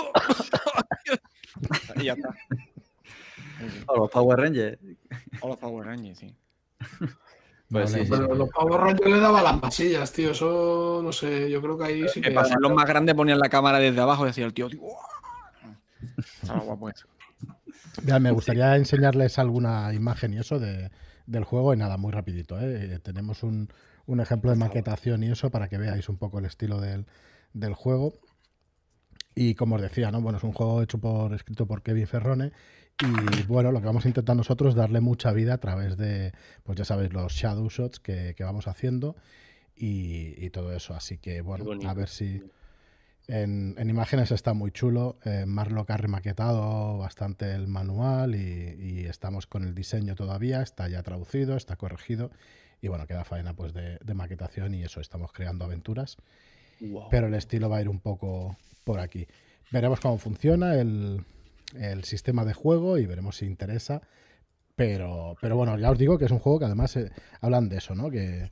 Y ya está. O los Power Rangers. O los Power Rangers, sí. Pues sí, pero los Power Rangers le daban las pasillas, tío. Eso, no sé, yo creo que ahí sí que... Para ser los más grandes ponían la cámara desde abajo y decía el tío... Estaba guapo eso. Ya, me gustaría enseñarles alguna imagen y eso del juego y nada, muy rapidito, ¿eh? Tenemos un ejemplo de maquetación y eso para que veáis un poco el estilo del juego. Y como os decía, ¿no? Bueno, es un juego escrito por Kevin Ferrone y bueno, lo que vamos a intentar nosotros es darle mucha vida a través de, pues ya sabéis, los shadow shots que vamos haciendo y todo eso. Así que bueno, a ver si... En imágenes está muy chulo. Marlock ha remaquetado bastante el manual y estamos con el diseño todavía. Está ya traducido, está corregido y bueno, queda faena pues de maquetación y eso, estamos creando aventuras. Wow. Pero el estilo va a ir un poco por aquí. Veremos cómo funciona el sistema de juego y veremos si interesa. Pero bueno, ya os digo que es un juego que además hablan de eso, ¿no? Que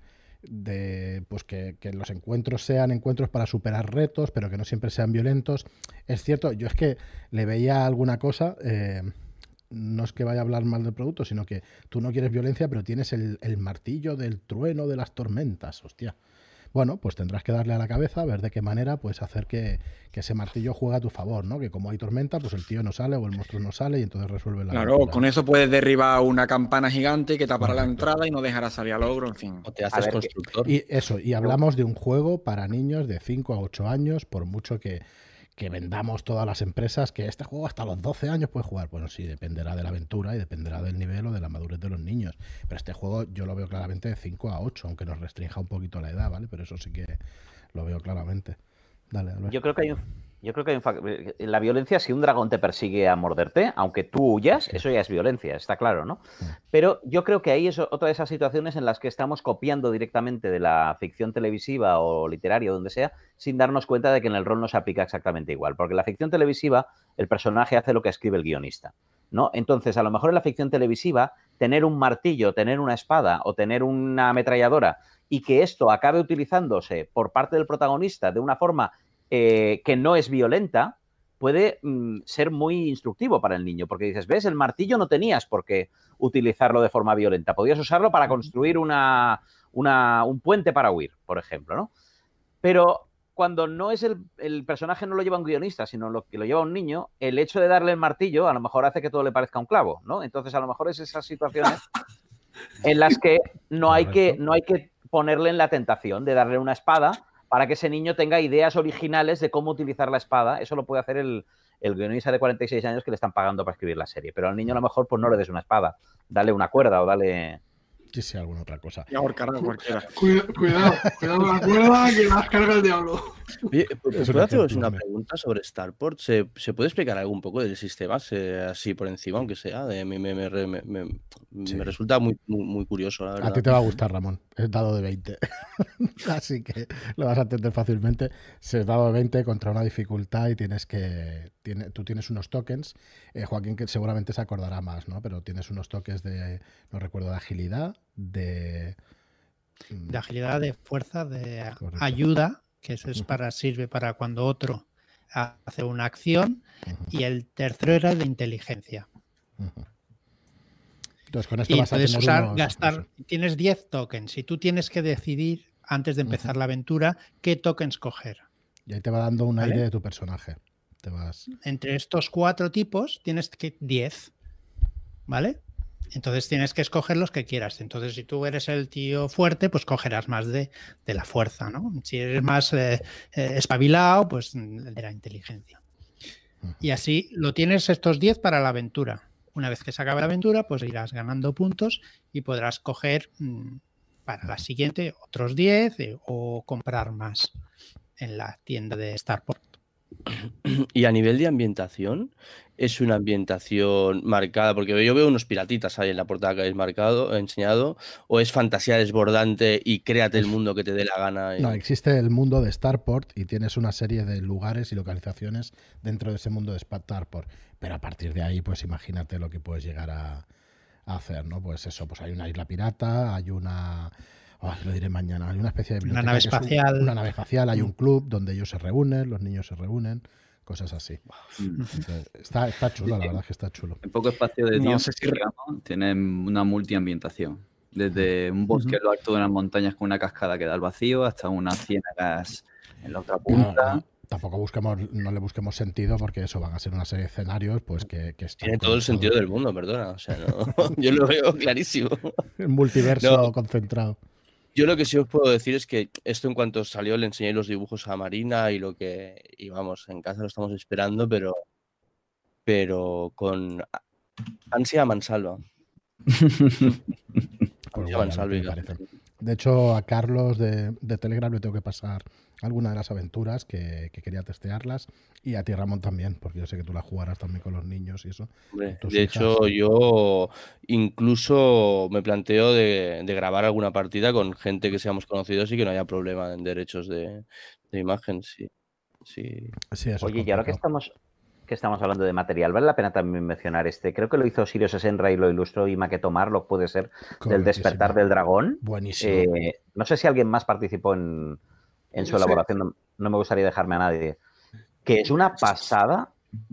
los encuentros sean encuentros para superar retos, pero que no siempre sean violentos. Es cierto, yo es que le veía alguna cosa, no es que vaya a hablar mal del producto, sino que tú no quieres violencia, pero tienes el martillo del trueno de las tormentas, hostia. Bueno, pues tendrás que darle a la cabeza a ver de qué manera puedes hacer que ese martillo juegue a tu favor, ¿no? Que como hay tormenta, pues el tío no sale o el monstruo no sale y entonces resuelve la... Claro, aventura. Con eso puedes derribar una campana gigante que tapará la entrada y no dejará salir al ogro, en fin. O te haces constructor. Y eso, y hablamos de un juego para niños de 5 a 8 años, por mucho que vendamos todas las empresas que este juego hasta los 12 años puede jugar. Bueno, sí, dependerá de la aventura y dependerá del nivel o de la madurez de los niños. Pero este juego yo lo veo claramente de 5 a 8, aunque nos restrinja un poquito la edad, ¿vale? Pero eso sí que lo veo claramente. Dale, Albert. Yo creo que hay la violencia, si un dragón te persigue a morderte, aunque tú huyas, eso ya es violencia, está claro, ¿no? Pero yo creo que ahí es otra de esas situaciones en las que estamos copiando directamente de la ficción televisiva o literaria o donde sea, sin darnos cuenta de que en el rol no se aplica exactamente igual. Porque en la ficción televisiva el personaje hace lo que escribe el guionista, ¿no? Entonces, a lo mejor en la ficción televisiva, tener un martillo, tener una espada o tener una ametralladora y que esto acabe utilizándose por parte del protagonista de una forma que no es violenta, puede ser muy instructivo para el niño, porque dices, ¿ves? El martillo no tenías por qué utilizarlo de forma violenta, podías usarlo para construir un puente para huir, por ejemplo, ¿no? Pero cuando no es el personaje no lo lleva un guionista, sino lo que lo lleva un niño, el hecho de darle el martillo a lo mejor hace que todo le parezca un clavo, ¿no? Entonces a lo mejor es esas situaciones en las que no hay que ponerle en la tentación de darle una espada para que ese niño tenga ideas originales de cómo utilizar la espada. Eso lo puede hacer el guionista de 46 años que le están pagando para escribir la serie. Pero al niño a lo mejor pues no le des una espada, dale una cuerda o dale... Sí, alguna otra cosa. Y ahorcar a cualquiera. Cuidado con la cuerda que las carga el diablo. Oye, Es ¿puedo haceros una ejemplo, pregunta sobre Starport? ¿Se puede explicar algo un poco del sistema, así por encima, aunque sea? Me resulta muy curioso, la verdad. A ti te va a gustar, Ramón. Es dado de 20. Así que lo vas a entender fácilmente. Si es dado de 20 contra una dificultad y tú tienes unos tokens. Joaquín, que seguramente se acordará más, ¿no? Pero tienes unos tokens no recuerdo, de agilidad, de agilidad, de fuerza, de Correcto. ayuda, que eso sirve para cuando otro hace una acción, y el tercero era de inteligencia. Entonces, con esto Y vas a puedes tener gastar, tienes 10 tokens y tú tienes que decidir antes de empezar la aventura qué tokens coger. Y ahí te va dando un ¿Vale? aire de tu personaje. Te vas... Entre estos 4 tipos tienes que 10, ¿vale? Entonces tienes que escoger los que quieras. Entonces, si tú eres el tío fuerte, pues cogerás más de la fuerza, ¿no? Si eres más espabilado, pues de la inteligencia. Y así lo tienes estos 10 para la aventura. Una vez que se acabe la aventura, pues irás ganando puntos y podrás coger para la siguiente otros 10 o comprar más en la tienda de Starport. Y a nivel de ambientación, ¿es una ambientación marcada? Porque yo veo unos piratitas ahí en la portada que habéis enseñado, ¿o es fantasía desbordante y créate el mundo que te dé la gana? No, existe el mundo de Starport y tienes una serie de lugares y localizaciones dentro de ese mundo de Starport. Pero a partir de ahí, pues imagínate lo que puedes llegar a hacer, ¿no? Pues eso, pues hay una isla pirata, hay una... lo diré mañana. Hay una especie de biblioteca. Una nave espacial. Una nave espacial, hay un club donde ellos se reúnen, los niños se reúnen, cosas así. Entonces, está chulo, la verdad es que está chulo. En poco espacio de tiempo, No sé si- digamos, tienen una multiambientación. Desde un bosque en lo alto de unas montañas con una cascada que da al vacío hasta unas ciénagas en la otra punta. Tampoco no le busquemos sentido porque eso van a ser una serie de escenarios pues que están Tiene todo el sentido del mundo, perdona. O sea, no, yo lo veo clarísimo. el multiverso No. concentrado. Yo lo que sí os puedo decir es que esto en cuanto salió le enseñé los dibujos a Marina y vamos, en casa lo estamos esperando, pero con ansia mansalva. Pues Ansia bueno, mansalva, me parece. De hecho, a Carlos de Telegram le tengo que pasar alguna de las aventuras que quería testearlas, y a ti, Ramón, también, porque yo sé que tú las jugarás también con los niños y eso. Hombre, Tus de hijas. hecho, yo incluso me planteo de grabar alguna partida con gente que seamos conocidos y que no haya problema en derechos de imagen. Sí. Sí, eso es Oye, y ahora que complicado. estamos hablando de material, vale la pena también mencionar creo que lo hizo Sirio Sesenra y lo ilustró y Maqueto Marlock, puede ser, del Correctísimo. Despertar del Dragón. Buenísimo. No sé si alguien más participó en su elaboración, no me gustaría dejarme a nadie. Que es una pasada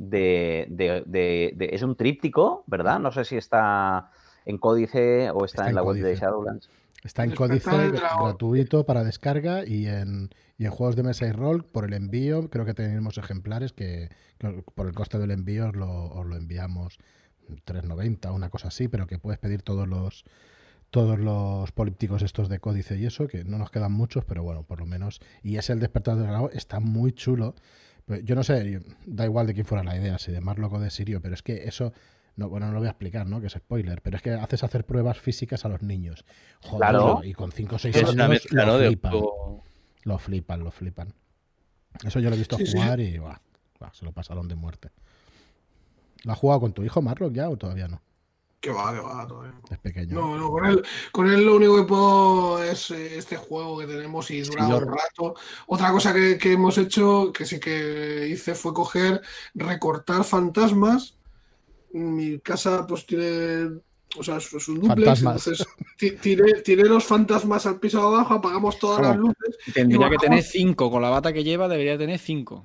es un tríptico, ¿verdad? No sé si está en códice o está en la web de Shadowlands. Está en Despertar códice del Dragón. gratuito para descarga y en juegos de mesa y rol por el envío. Creo que tenemos ejemplares que por el coste del envío os lo enviamos 3,90, una cosa así, pero que puedes pedir todos los polípticos estos de códice y eso, que no nos quedan muchos, pero bueno, por lo menos. Y es el Despertar del Dragón, está muy chulo. Pero yo no sé, da igual de quién fuera la idea, si de Marlock o de Sirio, pero es que eso... No, bueno, no lo voy a explicar, ¿no? Que es spoiler, pero es que haces hacer pruebas físicas a los niños. Joder, Claro. y con 5 o 6 Es una años mezcla, ¿no? lo flipan. Eso yo lo he visto Sí, sí. jugar y buah, se lo pasaron de muerte. ¿Lo has jugado con tu hijo, Marlock, ya o todavía no? Que va, todavía. Es pequeño. No, con él lo único que puedo es este juego que tenemos y dura un rato. Otra cosa que hemos hecho, que sí que hice, fue recortar fantasmas. Mi casa pues tiene, o sea, es un dúplex, Fantasmas. entonces tiré los fantasmas al piso de abajo, apagamos todas las luces. Tendría y que bajamos- tener 5. Con la bata que lleva debería tener 5.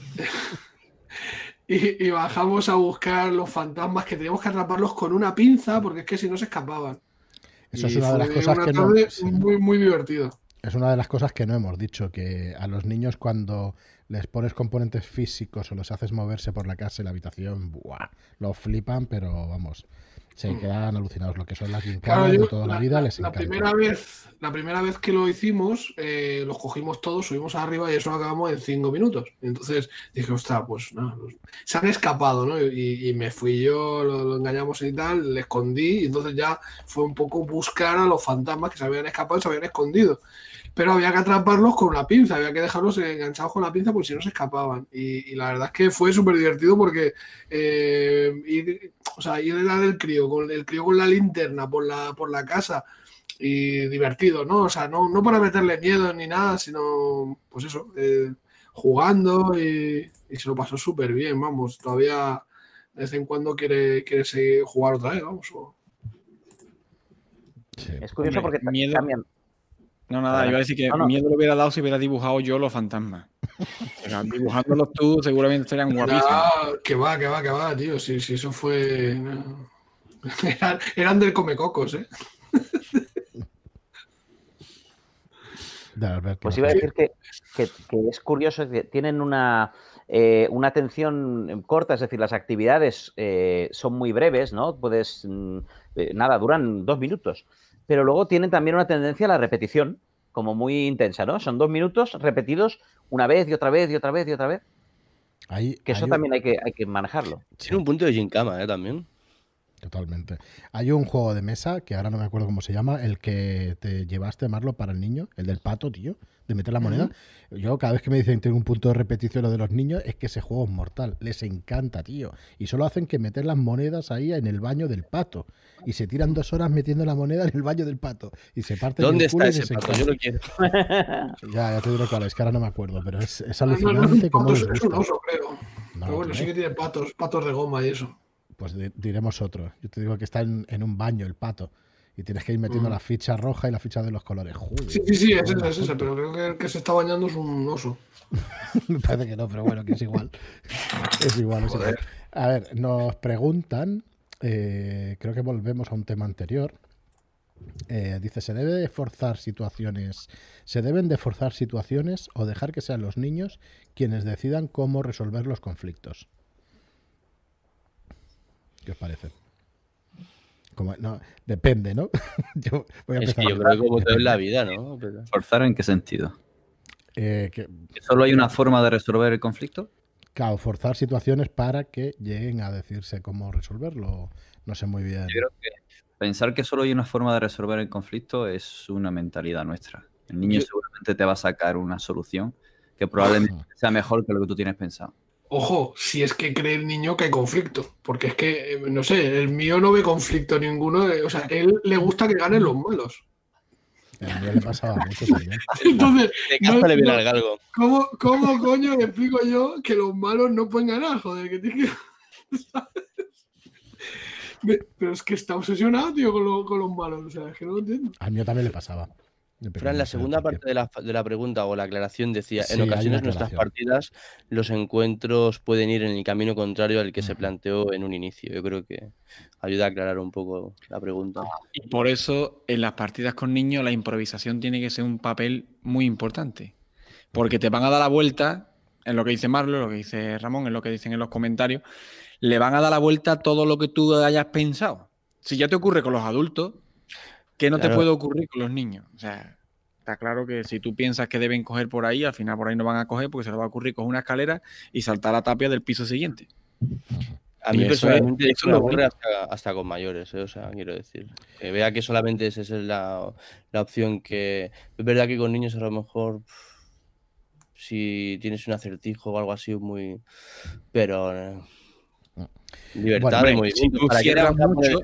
y bajamos a buscar los fantasmas, que teníamos que atraparlos con una pinza, porque es que si no se escapaban. Eso es Y una de las fue cosas una que no... tarde sí. muy, muy divertido. es una de las cosas que no hemos dicho, que a los niños cuando les pones componentes físicos o los haces moverse por la casa y la habitación, ¡buah! Lo flipan, pero vamos, se quedan alucinados. Lo que son las gincanas de toda la vida les encanta. La primera vez que lo hicimos, los cogimos todos, subimos arriba y eso lo acabamos en 5 minutos. Entonces dije, ostras, pues nada, se han escapado, ¿no? Y me fui yo, lo engañamos y tal, le escondí y entonces ya fue un poco buscar a los fantasmas que se habían escapado y se habían escondido. Pero había que atraparlos con una pinza, había que dejarlos enganchados con la pinza porque si no se escapaban. Y la verdad es que fue súper divertido porque ir detrás del crío, con el crío con la linterna por la casa y divertido, ¿no? O sea, no para meterle miedo ni nada, sino pues eso, jugando y se lo pasó súper bien, vamos. Todavía de vez en cuando quiere seguir jugar otra vez, vamos. Sí. Es curioso porque miedo... cambian. No, nada, iba a decir que miedo lo hubiera dado si hubiera dibujado yo los fantasmas. O sea, dibujándolos tú seguramente serían guapísimos. Que va, tío. Si eso fue... No. Eran del Comecocos, ¿eh? Pues iba a decir que es curioso que tienen una atención corta, es decir, las actividades son muy breves, ¿no? Duran 2 minutos. Pero luego tienen también una tendencia a la repetición, como muy intensa, ¿no? Son 2 minutos repetidos una vez y otra vez y otra vez y otra vez. Eso también hay que manejarlo. Tiene un punto de gincama, también. Totalmente. Hay un juego de mesa, que ahora no me acuerdo cómo se llama, el que te llevaste, Marlo, para el niño, el del pato, tío, de meter la moneda. Yo cada vez que me dicen que tengo un punto de repetición lo de los niños, es que ese juego es mortal. Les encanta, tío. Y solo hacen que meter las monedas ahí en el baño del pato. Y se tiran 2 horas metiendo la moneda en el baño del pato. Y se parten ¿Dónde el culo está ese pato? Yo lo quiero. Ya te diré cuál es, que ahora no me acuerdo, pero es alucinante cómo les gusta. Es un oso, creo. Pero bueno, sí que tiene patos de goma y eso. Pues diremos otro. Yo te digo que está en un baño el pato. Y tienes que ir metiendo la ficha roja y la ficha de los colores. Joder, sí, es ese, pero creo que el que se está bañando es un oso. Me parece que no, pero bueno, que es igual. Es igual. A ver, nos preguntan, creo que volvemos a un tema anterior. Dice, ¿se deben de forzar situaciones o dejar que sean los niños quienes decidan cómo resolver los conflictos? ¿Qué os parece? Depende, ¿no? Yo creo que como todo en la vida, ¿no? Pero... ¿Forzar en qué sentido? ¿Que solo hay una forma de resolver el conflicto? Claro, forzar situaciones para que lleguen a decirse cómo resolverlo. No sé muy bien. Yo creo que pensar que solo hay una forma de resolver el conflicto es una mentalidad nuestra. El niño seguramente te va a sacar una solución que probablemente sea mejor que lo que tú tienes pensado. Ojo, si es que cree el niño que hay conflicto, porque es que, no sé, el mío no ve conflicto ninguno, o sea, él le gusta que ganen los malos. A mí le pasaba mucho también. Entonces, le viene al galgo. ¿Cómo coño le explico yo que los malos no pueden ganar? Joder, que tiene que... Pero es que está obsesionado, tío, con los malos, o sea, es que no lo entiendo. Al mío también le pasaba. Fran, la segunda parte de la pregunta o la aclaración decía, en ocasiones nuestras partidas, los encuentros pueden ir en el camino contrario al que se planteó en un inicio. Yo creo que ayuda a aclarar un poco la pregunta. Y por eso en las partidas con niños la improvisación tiene que ser un papel muy importante. Porque te van a dar la vuelta, en lo que dice Marlo, en lo que dice Ramón, en lo que dicen en los comentarios, le van a dar la vuelta a todo lo que tú hayas pensado. Si ya te ocurre con los adultos, ¿qué no te puede ocurrir con los niños? O sea, está claro que si tú piensas que deben coger por ahí, al final por ahí no van a coger porque se les va a ocurrir coger una escalera y saltar la tapia del piso siguiente. A mí personalmente eso me aburre hasta con mayores, o sea, quiero decir. Que vea que solamente esa es la opción que... Es verdad que con niños a lo mejor... si tienes un acertijo o algo así, muy... Pero... libertad de movimiento. Si tú cierras mucho,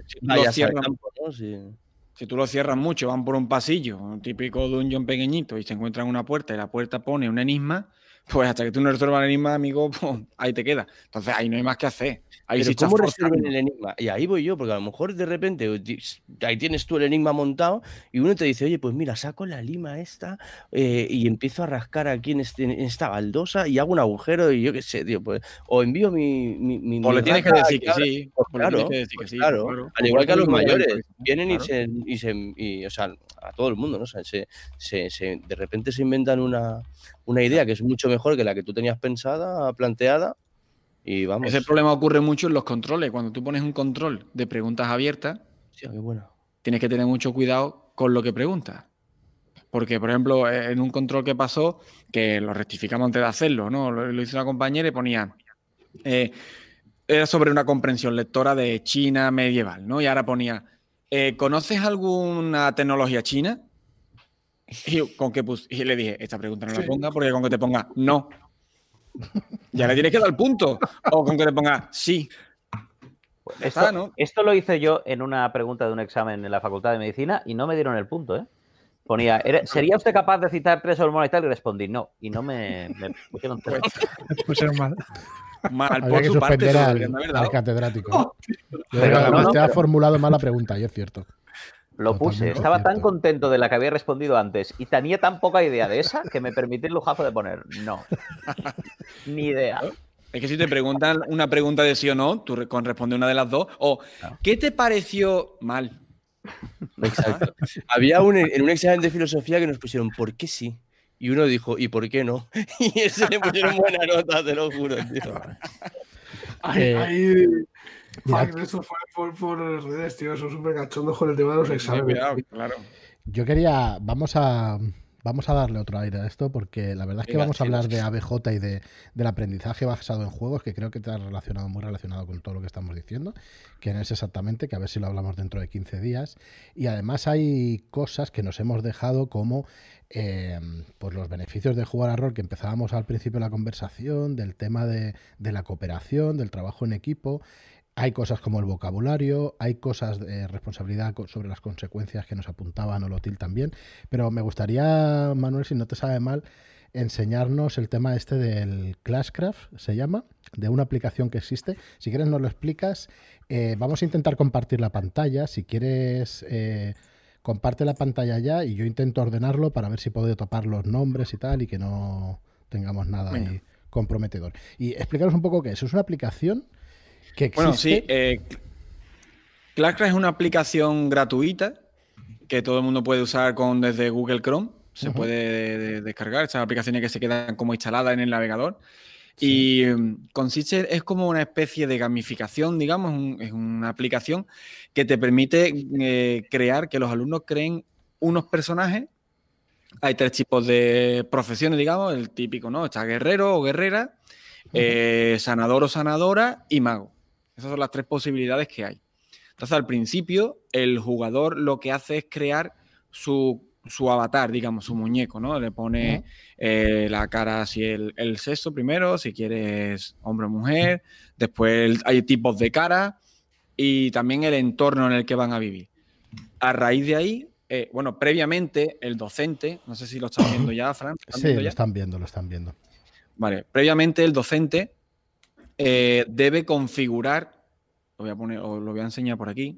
si tú lo cierras mucho, van por un pasillo, un típico dungeon pequeñito, y se encuentran una puerta y la puerta pone un enigma, pues hasta que tú no resuelvas el enigma, amigo, pues ahí te queda. Entonces ahí no hay más que hacer. Ahí Pero sí estás ¿cómo resuelven forzando. el enigma? Y ahí voy yo, porque a lo mejor de repente ahí tienes tú el enigma montado y uno te dice, oye, pues mira, saco la lima esta y empiezo a rascar aquí en esta baldosa y hago un agujero y yo qué sé, tío, pues, o envío mi O le tienes que rata decir aquí que sí. Pues O le tienes claro, que decir que pues sí. claro. Pues claro. Al igual que a los mayores, vienen Claro. o sea, a todo el mundo, ¿no? O sea, de repente se inventan una idea que es mucho mejor que la que tú tenías pensada, planteada. Y vamos. Ese problema ocurre mucho en los controles. Cuando tú pones un control de preguntas abiertas, Hostia, qué bueno. tienes que tener mucho cuidado con lo que preguntas. Porque, por ejemplo, en un control que pasó, que lo rectificamos antes de hacerlo, ¿no? Lo hizo una compañera y ponía... era sobre una comprensión lectora de China medieval, ¿no? Y ahora ponía, ¿conoces alguna tecnología china? Y yo, y le dije, esta pregunta no la ponga porque con que te ponga no, ya le tienes que dar el punto. O con que te ponga sí. Ya está, ¿no? Esto lo hice yo en una pregunta de un examen en la Facultad de Medicina y no me dieron el punto, ¿eh? Ponía, ¿sería usted capaz de citar 3 hormonas y tal? Y respondí, no. Y no me pusieron 0. Me pusieron mal. Mal Había por que su parte. suspender se lo deberían haber al dado. catedrático. Pero Además, no, te ha formulado mal la pregunta, y es cierto. Lo puse. Totalmente Estaba tan cierto. contento de la que había respondido antes y tenía tan poca idea de esa que me permití el lujazo de poner no. Ni idea. Es que si te preguntan una pregunta de sí o no, tú responde una de las dos. O, ¿qué te pareció mal? Exacto. Había en un examen de filosofía que nos pusieron ¿por qué sí? Y uno dijo ¿y por qué no? Y ese le pusieron buena nota, te lo juro, tío. Eso fue por redes, tío. Son súper cachondos con el tema de los exámenes. Cuidado, claro. Yo quería, vamos a darle otro aire a esto, porque la verdad es que Venga, vamos a sí, hablar sí. de ABJ y del aprendizaje basado en juegos, que creo que te has muy relacionado con todo lo que estamos diciendo, que no es exactamente, que a ver si lo hablamos dentro de 15 días. Y además hay cosas que nos hemos dejado como pues los beneficios de jugar a rol, que empezábamos al principio de la conversación, del tema de la cooperación, del trabajo en equipo. Hay cosas como el vocabulario, hay cosas de responsabilidad sobre las consecuencias que nos apuntaba Nolotil también, pero me gustaría, Manuel, si no te sabe mal, enseñarnos el tema este del Clashcraft, se llama, de una aplicación que existe. Si quieres nos lo explicas. Vamos a intentar compartir la pantalla. Si quieres, comparte la pantalla ya y yo intento ordenarlo para ver si puedo tapar los nombres y tal y que no tengamos nada ahí comprometedor. Y explicaros un poco qué es. Es una aplicación que existe. Bueno, sí. Clashcraft es una aplicación gratuita que todo el mundo puede usar desde Google Chrome. Se puede descargar. Estas aplicaciones que se quedan como instaladas en el navegador. Sí. Y consiste, es como una especie de gamificación, digamos. Es una aplicación que te permite crear, que los alumnos creen unos personajes. Hay 3 tipos de profesiones, digamos. El típico, ¿no? Está guerrero o guerrera, sanador o sanadora y mago. Esas son las 3 posibilidades que hay. Entonces, al principio, el jugador lo que hace es crear su avatar, digamos, su muñeco, ¿no? Le pone la cara, así el sexo primero, si quieres hombre o mujer. Después hay tipos de cara y también el entorno en el que van a vivir. A raíz de ahí, bueno, previamente, el docente, no sé si lo están viendo ya, Fran. Sí, lo están viendo. Vale, previamente el docente debe configurar, lo voy a poner, os lo voy a enseñar por aquí.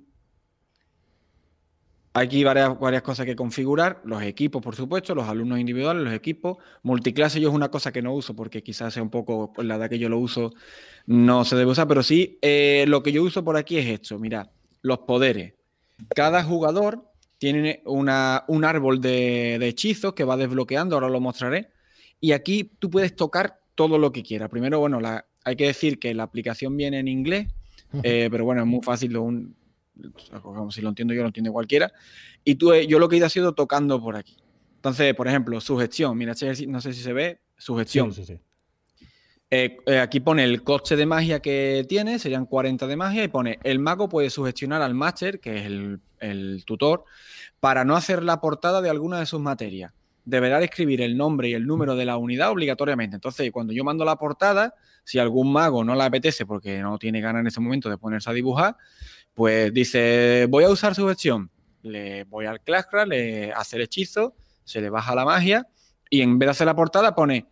Hay aquí varias cosas que configurar, los equipos, por supuesto, los alumnos individuales, los equipos. Multiclase yo es una cosa que no uso porque quizás sea un poco, por la edad que yo lo uso, no se debe usar, pero sí, lo que yo uso por aquí es esto, mirad, los poderes. Cada jugador tiene un árbol de hechizos que va desbloqueando, ahora lo mostraré, y aquí tú puedes tocar todo lo que quieras. Primero, bueno, hay que decir que la aplicación viene en inglés, pero bueno, es muy fácil, como si lo entiendo yo, lo entiende cualquiera. Y yo lo que he ido ha sido tocando por aquí. Entonces, por ejemplo, sugestión. Mira, no sé si se ve. Sugestión. Sí. Aquí pone el coste de magia que tiene, serían 40 de magia, y pone, el mago puede sugestionar al máster, que es el tutor, para no hacer la portada de alguna de sus materias. Deberá escribir el nombre y el número de la unidad obligatoriamente. Entonces, cuando yo mando la portada, si algún mago no le apetece porque no tiene ganas en ese momento de ponerse a dibujar, pues dice, voy a usar sugestión. Le voy al Clashcraft, le hace el hechizo, se le baja la magia y en vez de hacer la portada pone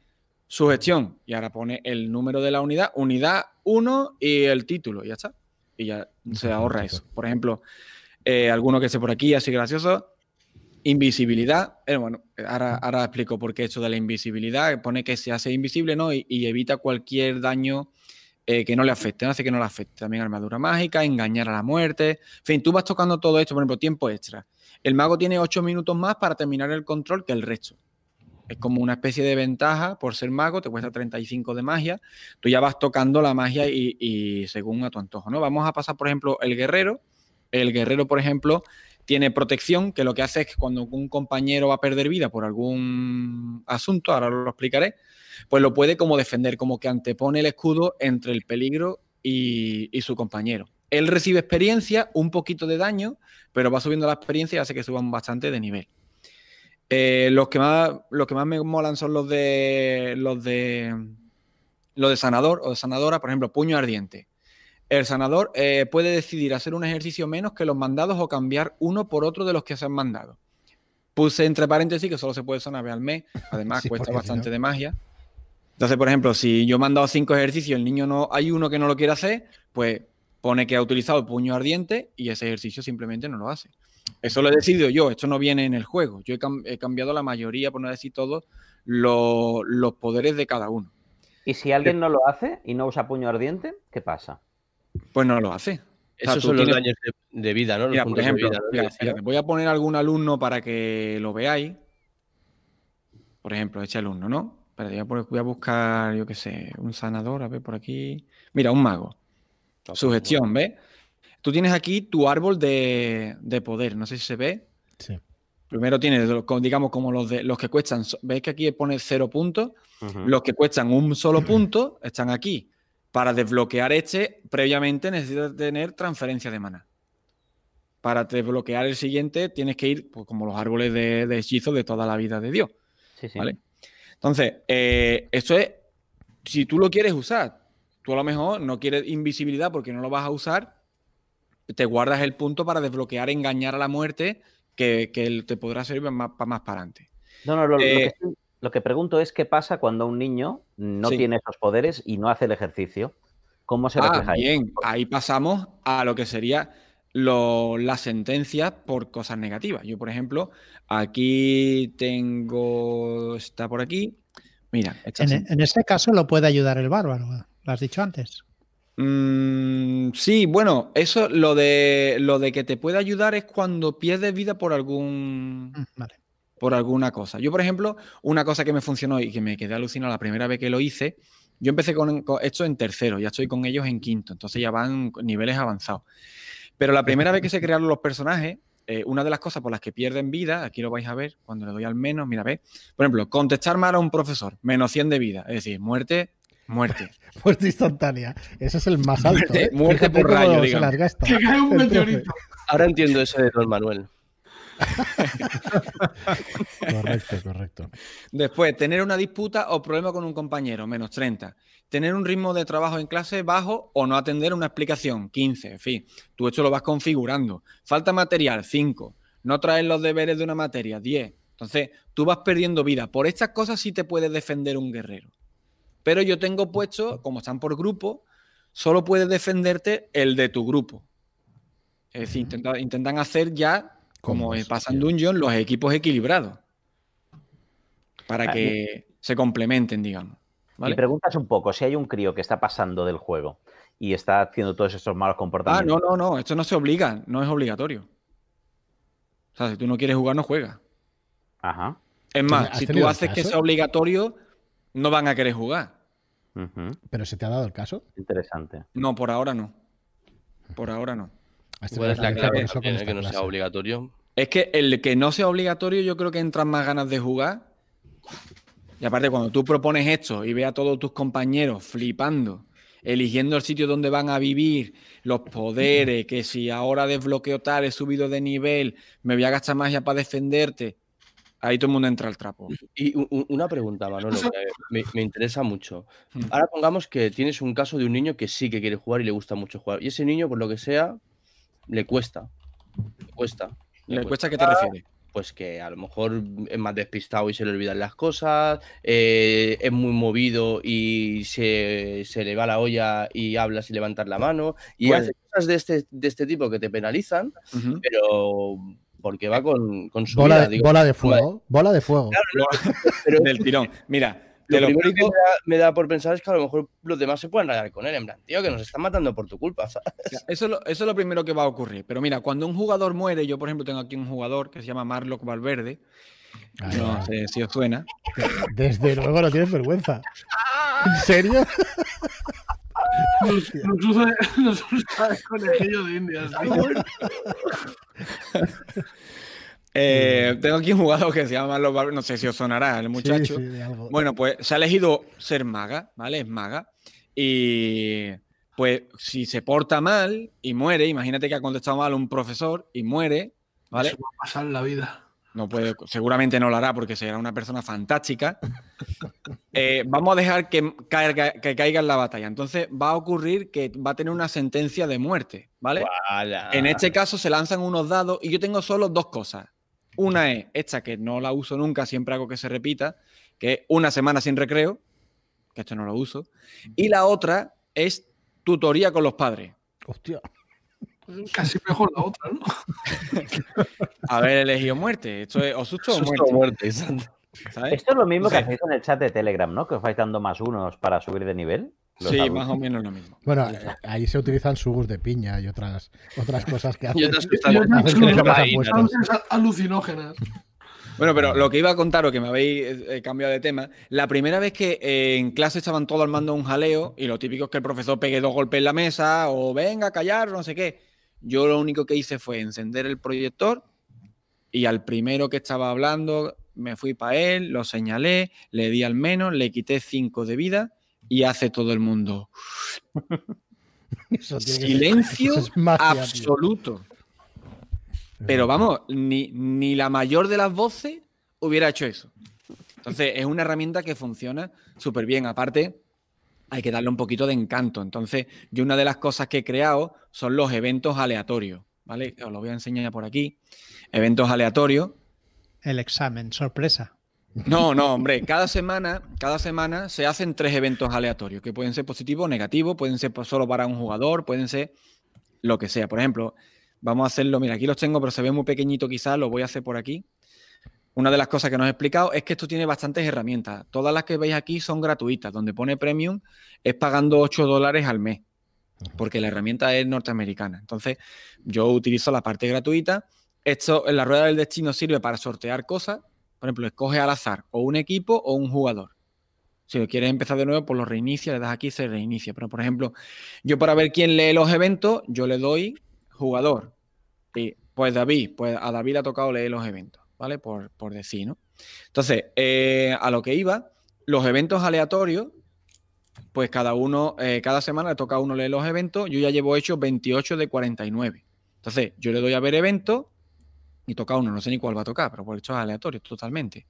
sugestión, y ahora pone el número de la unidad, unidad 1 y el título, y ya está. Y ya se ahorra eso. Por ejemplo, alguno que esté por aquí, así gracioso, invisibilidad. Bueno, ahora explico por qué esto de la invisibilidad. Pone que se hace invisible, ¿no? Y evita cualquier daño que no le afecte, no hace que no le afecte. También armadura mágica, engañar a la muerte. En fin, tú vas tocando todo esto, por ejemplo, tiempo extra. El mago tiene 8 minutos más para terminar el control que el resto. Es como una especie de ventaja por ser mago, te cuesta 35 de magia. Tú ya vas tocando la magia y según a tu antojo, ¿no? Vamos a pasar, por ejemplo, el guerrero. El guerrero, por ejemplo, tiene protección, que lo que hace es que cuando un compañero va a perder vida por algún asunto, ahora lo explicaré, pues lo puede como defender, como que antepone el escudo entre el peligro y su compañero. Él recibe experiencia, un poquito de daño, pero va subiendo la experiencia y hace que suban bastante de nivel. Los que más me molan son los de sanador o de sanadora, por ejemplo, puño ardiente. El sanador puede decidir hacer un ejercicio menos que los mandados o cambiar uno por otro de los que se han mandado. Puse entre paréntesis que solo se puede sanar al mes, además sí, cuesta bastante de magia. Entonces, por ejemplo, si yo he mandado 5 ejercicios y el niño no hay uno que no lo quiere hacer, pues pone que ha utilizado el puño ardiente y ese ejercicio simplemente no lo hace. Eso lo he decidido yo, esto no viene en el juego. Yo he cambiado la mayoría, por no decir todos, los poderes de cada uno. ¿Y si alguien no lo hace y no usa puño ardiente, qué pasa? Pues no lo hace. Esos son los daños de vida, ¿no? Mira, por ejemplo, mira, voy a poner algún alumno para que lo veáis. Por ejemplo, este alumno, ¿no? Espérate, voy a buscar, yo qué sé, un sanador, a ver por aquí. Mira, un mago. Sugestión, ¿ves? Tú tienes aquí tu árbol de poder, no sé si se ve. Sí. Primero tienes, digamos, como los que cuestan, ¿ves que aquí pone 0 puntos? Los que cuestan un solo punto están aquí. Para desbloquear previamente necesitas tener transferencia de maná. Para desbloquear el siguiente tienes que ir, pues, como los árboles de hechizos de toda la vida de Dios. Sí, sí. ¿Vale? Entonces, esto es, si tú lo quieres usar, tú a lo mejor no quieres invisibilidad porque no lo vas a usar, te guardas el punto para desbloquear, engañar a la muerte, que te podrá servir más para adelante. No, lo que pregunto es qué pasa cuando un niño no tiene esos poderes y no hace el ejercicio. ¿Cómo se refleja ahí? Bien, ahí pasamos a lo que sería las sentencias por cosas negativas. Yo, por ejemplo, aquí tengo... Está por aquí. Mira. En ese caso lo puede ayudar el bárbaro, lo has dicho antes. Sí, bueno, eso, lo de que te puede ayudar es cuando pierdes vida por por alguna cosa. Yo, por ejemplo, una cosa que me funcionó y que me quedé alucinado la primera vez que lo hice, yo empecé con esto en tercero, ya estoy con ellos en quinto, entonces ya van niveles avanzados. Pero la primera vez que se crearon los personajes, una de las cosas por las que pierden vida, aquí lo vais a ver cuando le doy al menos, mira, ve, por ejemplo, contestar mal a un profesor, menos 100 de vida, es decir, muerte. Muerte instantánea. Ese es el más alto. Muerte por rayo, digamos. Que cae un meteorito. Ahora entiendo eso de Don Manuel. Correcto. Después, tener una disputa o problema con un compañero, menos 30. Tener un ritmo de trabajo en clase bajo o no atender una explicación, 15. En fin, tú esto lo vas configurando. Falta material, 5. No traer los deberes de una materia, 10. Entonces, tú vas perdiendo vida. Por estas cosas sí te puedes defender un guerrero. Pero yo tengo puesto, como están por grupo, solo puedes defenderte el de tu grupo. Es decir, intentan hacer ya, como pasa en Dungeon, los equipos equilibrados. Para que se complementen, digamos. ¿Vale? Y preguntas un poco, si hay un crío que está pasando del juego y está haciendo todos estos malos comportamientos. No, esto no se obliga, no es obligatorio. O sea, si tú no quieres jugar, no juegas. Ajá. Es más, si tú haces que sea obligatorio, no van a querer jugar. ¿Pero se te ha dado el caso? Interesante. No, por ahora no. Por ahora no. ¿Cuál es la clave que no sea obligatorio? Es que el que no sea obligatorio, yo creo que entran más ganas de jugar. Y aparte, cuando tú propones esto y ves a todos tus compañeros flipando, eligiendo el sitio donde van a vivir, los poderes, que si ahora desbloqueo tal, he subido de nivel, me voy a gastar magia para defenderte. Ahí todo el mundo entra al trapo. Y una pregunta, Manolo, que me interesa mucho. Ahora pongamos que tienes un caso de un niño que sí que quiere jugar y le gusta mucho jugar. Y ese niño, por lo que sea, le cuesta. ¿Le cuesta a qué te refieres? pues que a lo mejor es más despistado y se le olvidan las cosas, es muy movido y se le va la olla y habla sin levantar la mano, y Pues- hace cosas de este tipo que te penalizan, Ujú. pero porque va con su Bola vida. de, Digo, bola de fuego. Bola de fuego. pero Del tirón. Mira, lo te lo primero explico. que me da por pensar es que a lo mejor los demás se pueden rayar con él, en plan, tío, que nos están matando por tu culpa, ¿sabes? O sea, eso es lo primero que va a ocurrir. Pero mira, cuando un jugador muere, yo por ejemplo tengo aquí un jugador que se llama Marlock Valverde. Ahí No va. sé si os suena. Desde luego no tienes vergüenza. ¿En serio? Hostia. Nos usa de conejillo de indias, tío. Tengo aquí un jugador que se llama Marlock Valverde. No sé si os sonará el muchacho. Sí, de algo. Bueno, pues se ha elegido ser maga, ¿vale? Es maga. Y pues si se porta mal y muere, imagínate que ha contestado mal un profesor y muere, ¿vale? Eso va a pasar en la vida. No puede, seguramente no lo hará porque será una persona fantástica. Vamos a dejar que caiga en la batalla. Entonces va a ocurrir que va a tener una sentencia de muerte, ¿vale? Guala. En este caso se lanzan unos dados y yo tengo solo dos cosas. Una es esta, que no la uso nunca, siempre hago que se repita, que es una semana sin recreo, que esto no lo uso. Y la otra es tutoría con los padres. Hostia. Casi mejor la otra, ¿no? Haber elegido muerte. Esto es o susto o Susto muerte. o muerte, exacto. ¿Sabes? Esto es lo mismo que Sí. hacéis en el chat de Telegram, ¿no? Que os vais dando +1 para subir de nivel. Los Sí, adultos. más o menos lo mismo. Bueno, ahí se utilizan subos de piña y otras cosas que hacen. Y otras cosas Yo que te hacen chulo, que las cocaína, apuestas. alucinógenas. Bueno, pero lo que iba a contaros, que me habéis cambiado de tema, la primera vez que en clase estaban todos armando un jaleo y lo típico es que el profesor pegue 2 golpes en la mesa o venga a callar, no sé qué. Yo lo único que hice fue encender el proyector y al primero que estaba hablando me fui para él, lo señalé, le di al menos, le quité 5 de vida y hace todo el mundo Eso tiene que ser- silencio eso es magia, tío. absoluto. Pero vamos, ni la mayor de las voces hubiera hecho eso. Entonces, es una herramienta que funciona súper bien. Aparte, hay que darle un poquito de encanto. Entonces, yo una de las cosas que he creado son los eventos aleatorios, ¿vale? Os lo voy a enseñar por aquí. Eventos aleatorios. El examen, sorpresa. No, hombre, cada semana se hacen 3 eventos aleatorios, que pueden ser positivos o negativos, pueden ser solo para un jugador, pueden ser lo que sea. Por ejemplo, vamos a hacerlo, mira, aquí los tengo, pero se ve muy pequeñito quizás, lo voy a hacer por aquí. Una de las cosas que nos he explicado es que esto tiene bastantes herramientas. Todas las que veis aquí son gratuitas. Donde pone Premium es pagando $8 al mes, porque la herramienta es norteamericana. Entonces, yo utilizo la parte gratuita. Esto en la rueda del destino sirve para sortear cosas. Por ejemplo, escoge al azar o un equipo o un jugador. Si quieres empezar de nuevo, pues lo reinicia, le das aquí y se reinicia. Pero, por ejemplo, yo para ver quién lee los eventos, yo le doy jugador. Y pues David, pues a David le ha tocado leer los eventos, ¿vale? Por decir, ¿no? Entonces, a lo que iba, los eventos aleatorios, pues cada semana le toca a uno leer los eventos. Yo ya llevo hecho 28 de 49. Entonces, yo le doy a ver eventos y toca uno, no sé ni cuál va a tocar, pero por hecho es aleatorio totalmente.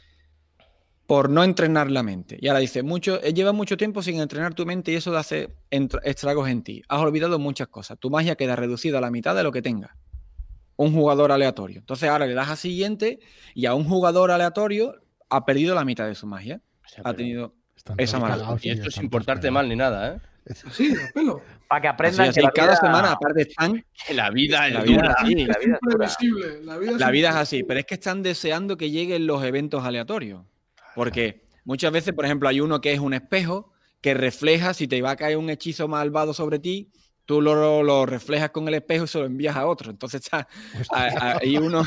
Por no entrenar la mente. Y ahora dice, lleva mucho tiempo sin entrenar tu mente y eso hace estragos en ti. Has olvidado muchas cosas. Tu magia queda reducida a la mitad de lo que tengas. Un jugador aleatorio. Entonces ahora le das a siguiente y a un jugador aleatorio ha perdido la mitad de su magia. O sea, Ha pero- tenido Están esa todos mala cagados, Y esto tío, sin están importarte todos mal ni nada, ¿eh? Así, a pelo. Para que así, aprendan así, que la cada vida- semana, aparte están. Que la vida La es vida dura. es así. la vida es dura. Imprevisible. La vida es así, pero es que están deseando que lleguen los eventos aleatorios. Porque muchas veces, por ejemplo, hay uno que es un espejo que refleja si te va a caer un hechizo malvado sobre ti, tú lo reflejas con el espejo y se lo envías a otro. Entonces está, hay uno,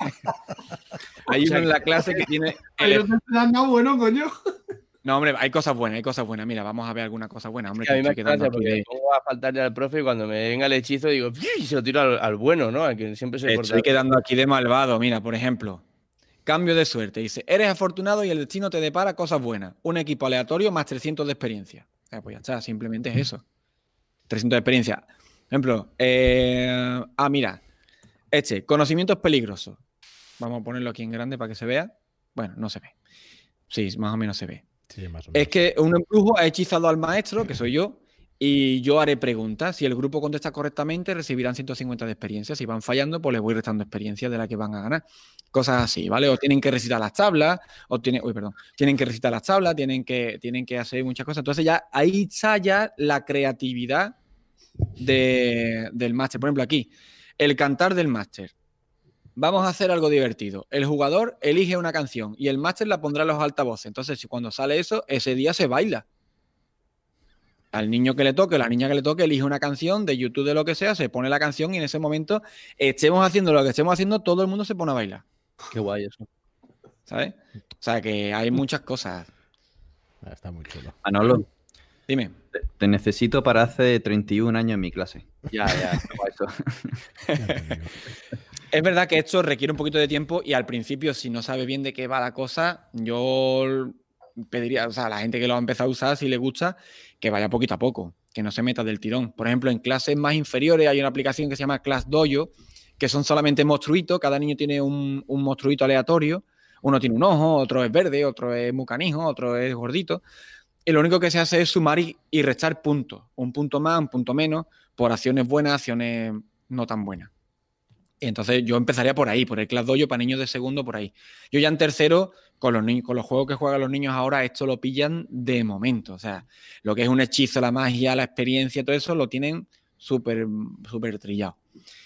hay uno en la clase que tiene... Ay, no te dan nada bueno, coño. No, hombre, hay cosas buenas, hay cosas buenas. Mira, vamos a ver alguna cosa buena. Hombre, Que a mí me estoy hace quedando gracia aquí porque de- me pongo a faltarle al profe y cuando me venga el hechizo digo, y se lo tiro al bueno, ¿no? Al que siempre se corta. Estoy quedando aquí de malvado. Mira, por ejemplo, cambio de suerte. Dice, eres afortunado y el destino te depara cosas buenas. Un equipo aleatorio más 300 de experiencia. Pues ya está, simplemente es eso. 300 de experiencia. Por ejemplo, mira, conocimientos peligrosos. Vamos a ponerlo aquí en grande para que se vea. Bueno, no se ve. Sí, más o menos se ve. Sí, más o menos. Es que un embrujo ha hechizado al maestro, que soy yo, y yo haré preguntas. Si el grupo contesta correctamente, recibirán 150 de experiencia. Si van fallando, pues les voy restando experiencia de la que van a ganar. Cosas así, ¿vale? O tienen que recitar las tablas, tienen que recitar las tablas, tienen que hacer muchas cosas. Entonces ya ahí está ya la creatividad del máster. Por ejemplo, aquí, el cantar del máster. Vamos a hacer algo divertido. El jugador elige una canción y el máster la pondrá en los altavoces. Entonces, si cuando sale eso, ese día se baila. Al niño que le toque, la niña que le toque, elige una canción de YouTube, de lo que sea, se pone la canción y en ese momento, estemos haciendo lo que estemos haciendo, todo el mundo se pone a bailar. Qué guay eso. ¿Sabes? O sea, que hay muchas cosas. Está muy chulo. Manolo, Dime. te necesito para hace 31 años en mi clase. Ya. Eso. Ya te digo. Es verdad que esto requiere un poquito de tiempo y al principio, si no sabe bien de qué va la cosa, yo pediría, o sea, a la gente que lo ha empezado a usar, si le gusta, que vaya poquito a poco, que no se meta del tirón. Por ejemplo, en clases más inferiores hay una aplicación que se llama Class Dojo, que son solamente monstruitos, cada niño tiene un monstruito aleatorio, uno tiene un ojo, otro es verde, otro es muy canijo, otro es gordito, y lo único que se hace es sumar y restar puntos, un punto más, un punto menos, por acciones buenas, acciones no tan buenas. Entonces yo empezaría por ahí, por el Class Dojo para niños de segundo, por ahí. Yo ya en tercero, con los juegos que juegan los niños ahora, esto lo pillan de momento. O sea, lo que es un hechizo, la magia, la experiencia, todo eso lo tienen súper trillado.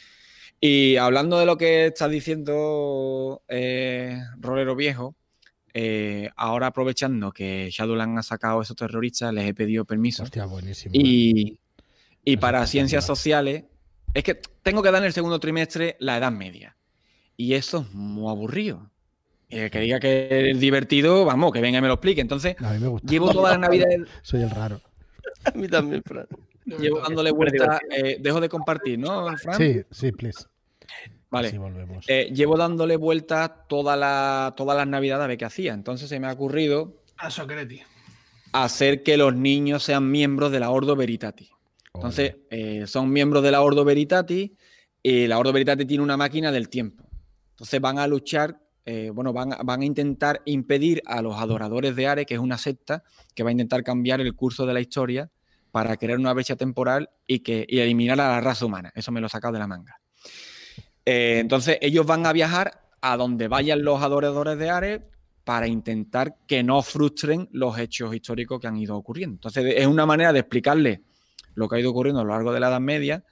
Y hablando de lo que estás diciendo, Rolero Viejo, ahora aprovechando que Shadowlands ha sacado esos terroristas, les he pedido permiso. Hostia, buenísimo. Y Eso para es ciencias espectacular. sociales, es que tengo que dar en el segundo trimestre la edad media. Y eso es muy aburrido. Y el que diga que es divertido, vamos, que venga y me lo explique. Entonces, A mí me gusta. llevo todas las navidades, Soy el raro. A mí también, Fran. llevo dándole vuelta. Dejo de compartir, ¿no, Fran? Sí, please. Vale. Así volvemos. Llevo dándole vuelta todas las navidades a ver qué hacía. Entonces se me ha ocurrido A Socreti. hacer que los niños sean miembros de la Ordo Veritatis. Entonces, son miembros de la Ordo Veritatis y la Ordo Veritatis tiene una máquina del tiempo. Entonces van a luchar, van a intentar impedir a los adoradores de Ares, que es una secta, que va a intentar cambiar el curso de la historia para crear una brecha temporal y eliminar a la raza humana. Eso me lo he sacado de la manga. Entonces ellos van a viajar a donde vayan los adoradores de Ares para intentar que no frustren los hechos históricos que han ido ocurriendo. Entonces es una manera de explicarles lo que ha ido ocurriendo a lo largo de la Edad Media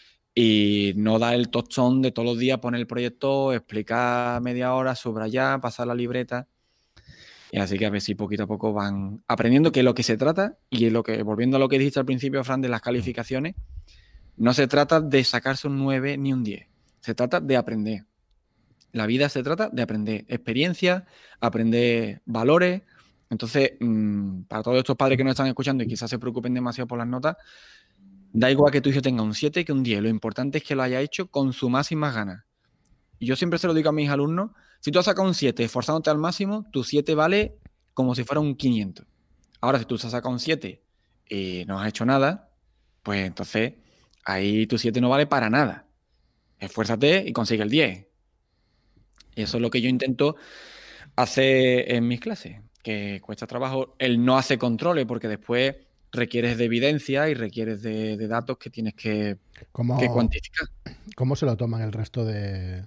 y no dar el tostón de todos los días poner el proyector, explicar media hora, subrayar, pasar la libreta. Y así que a ver si poquito a poco van aprendiendo que es lo que se trata y volviendo a lo que dijiste al principio, Fran, de las calificaciones, no se trata de sacarse un 9 ni un 10. Se trata de aprender. La vida se trata de aprender experiencia, aprender valores. Entonces, para todos estos padres que nos están escuchando y quizás se preocupen demasiado por las notas, da igual que tu hijo tenga un 7 que un 10. Lo importante es que lo haya hecho con su máximas ganas. Y yo siempre se lo digo a mis alumnos, si tú has sacado un 7 esforzándote al máximo, tu 7 vale como si fuera un 500. Ahora, si tú has sacado un 7 y no has hecho nada, pues entonces ahí tu 7 no vale para nada. Esfuérzate y consigue el 10. Y eso es lo que yo intento hacer en mis clases, que cuesta trabajo. El no hace controles porque después requieres de evidencia y requieres de datos que tienes que cuantificar. ¿Cómo se lo toman el resto de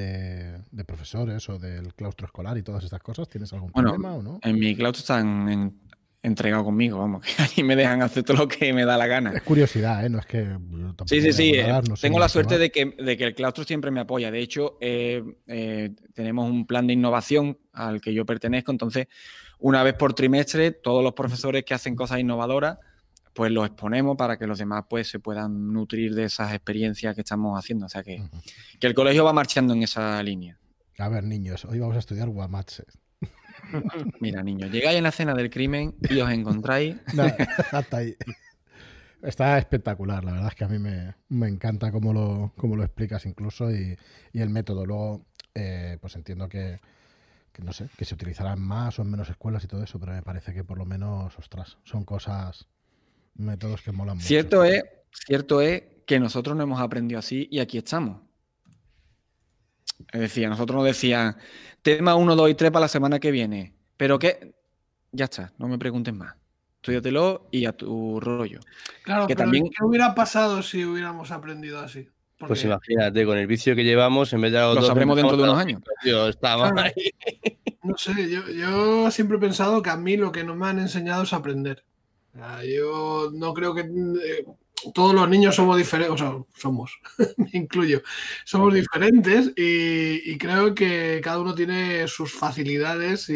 profesores o del claustro escolar y todas estas cosas? ¿Tienes algún problema o no? En mi claustro están entregados conmigo, vamos, que ahí me dejan hacer todo lo que me da la gana. Es curiosidad, ¿eh? No es que yo tampoco Sí. no Tengo la suerte de que el claustro siempre me apoya. De hecho, tenemos un plan de innovación al que yo pertenezco. Entonces, una vez por trimestre, todos los profesores que hacen cosas innovadoras, pues los exponemos para que los demás pues se puedan nutrir de esas experiencias que estamos haciendo. O sea que el colegio va marchando en esa línea. A ver, niños, hoy vamos a estudiar Guamache. Mira, niños, llegáis en la escena del crimen y os encontráis... No, hasta ahí. Está espectacular, la verdad es que a mí me encanta cómo lo explicas incluso y el método. Luego, pues entiendo que no sé, que se utilizarán más o en menos escuelas y todo eso, pero me parece que por lo menos, ostras, son cosas, métodos que molan mucho. Cierto es que nosotros no hemos aprendido así y aquí estamos. Es decir, a nosotros nos decían tema 1, 2 y 3 para la semana que viene. Pero que ya está, no me pregunten más. estúdiatelo y a tu rollo. Claro, que pero también... ¿qué hubiera pasado si hubiéramos aprendido así? Porque, Pues imagínate, con el vicio que llevamos, en vez de a los Lo 12, sabremos dentro de unos empezamos años. Tío, estaba Claro. ahí. no sé, yo siempre he pensado que a mí lo que no me han enseñado es aprender. O sea, yo no creo que todos los niños somos diferentes, o sea, somos, me incluyo, somos diferentes y creo que cada uno tiene sus facilidades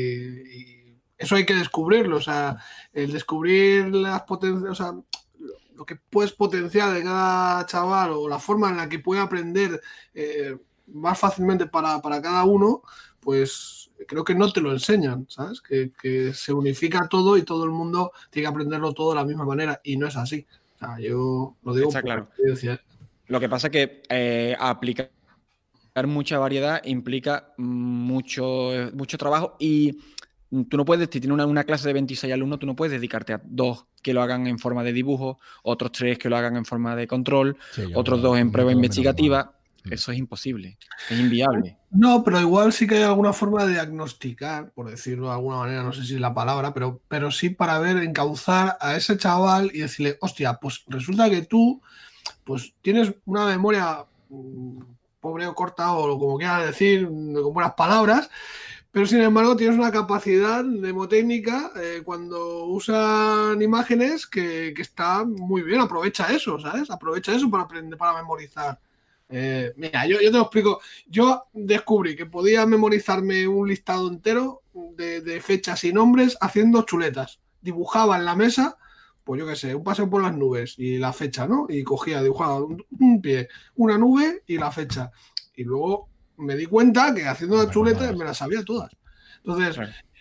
y eso hay que descubrirlo. O sea, el descubrir las potencias, o sea, lo que puedes potenciar de cada chaval o la forma en la que puede aprender más fácilmente para cada uno, pues creo que no te lo enseñan, ¿sabes? Que se unifica todo y todo el mundo tiene que aprenderlo todo de la misma manera y no es así. O sea, yo lo digo Está por claro. experiencia. Lo que pasa es que aplicar mucha variedad implica mucho trabajo y tú no puedes, si tienes una clase de 26 alumnos, tú no puedes dedicarte a 2 que lo hagan en forma de dibujo, otros 3 que lo hagan en forma de control, otros 2 en prueba investigativa. Eso es imposible, es inviable. No, pero igual sí que hay alguna forma de diagnosticar, por decirlo de alguna manera, no sé si es la palabra, pero sí para ver, encauzar a ese chaval y decirle, hostia, pues resulta que tú pues tienes una memoria pobre o corta o como quieras decir, con buenas palabras, pero sin embargo tienes una capacidad mnemotécnica cuando usan imágenes que está muy bien, aprovecha eso, ¿sabes? Aprovecha eso para aprender, para memorizar. Mira, yo te lo explico. Yo descubrí que podía memorizarme un listado entero de fechas y nombres haciendo chuletas. Dibujaba en la mesa, pues yo qué sé, un paseo por las nubes y la fecha, ¿no? Y cogía, dibujaba un pie, una nube y la fecha. Y luego me di cuenta que haciendo las chuletas me las sabía todas. Entonces,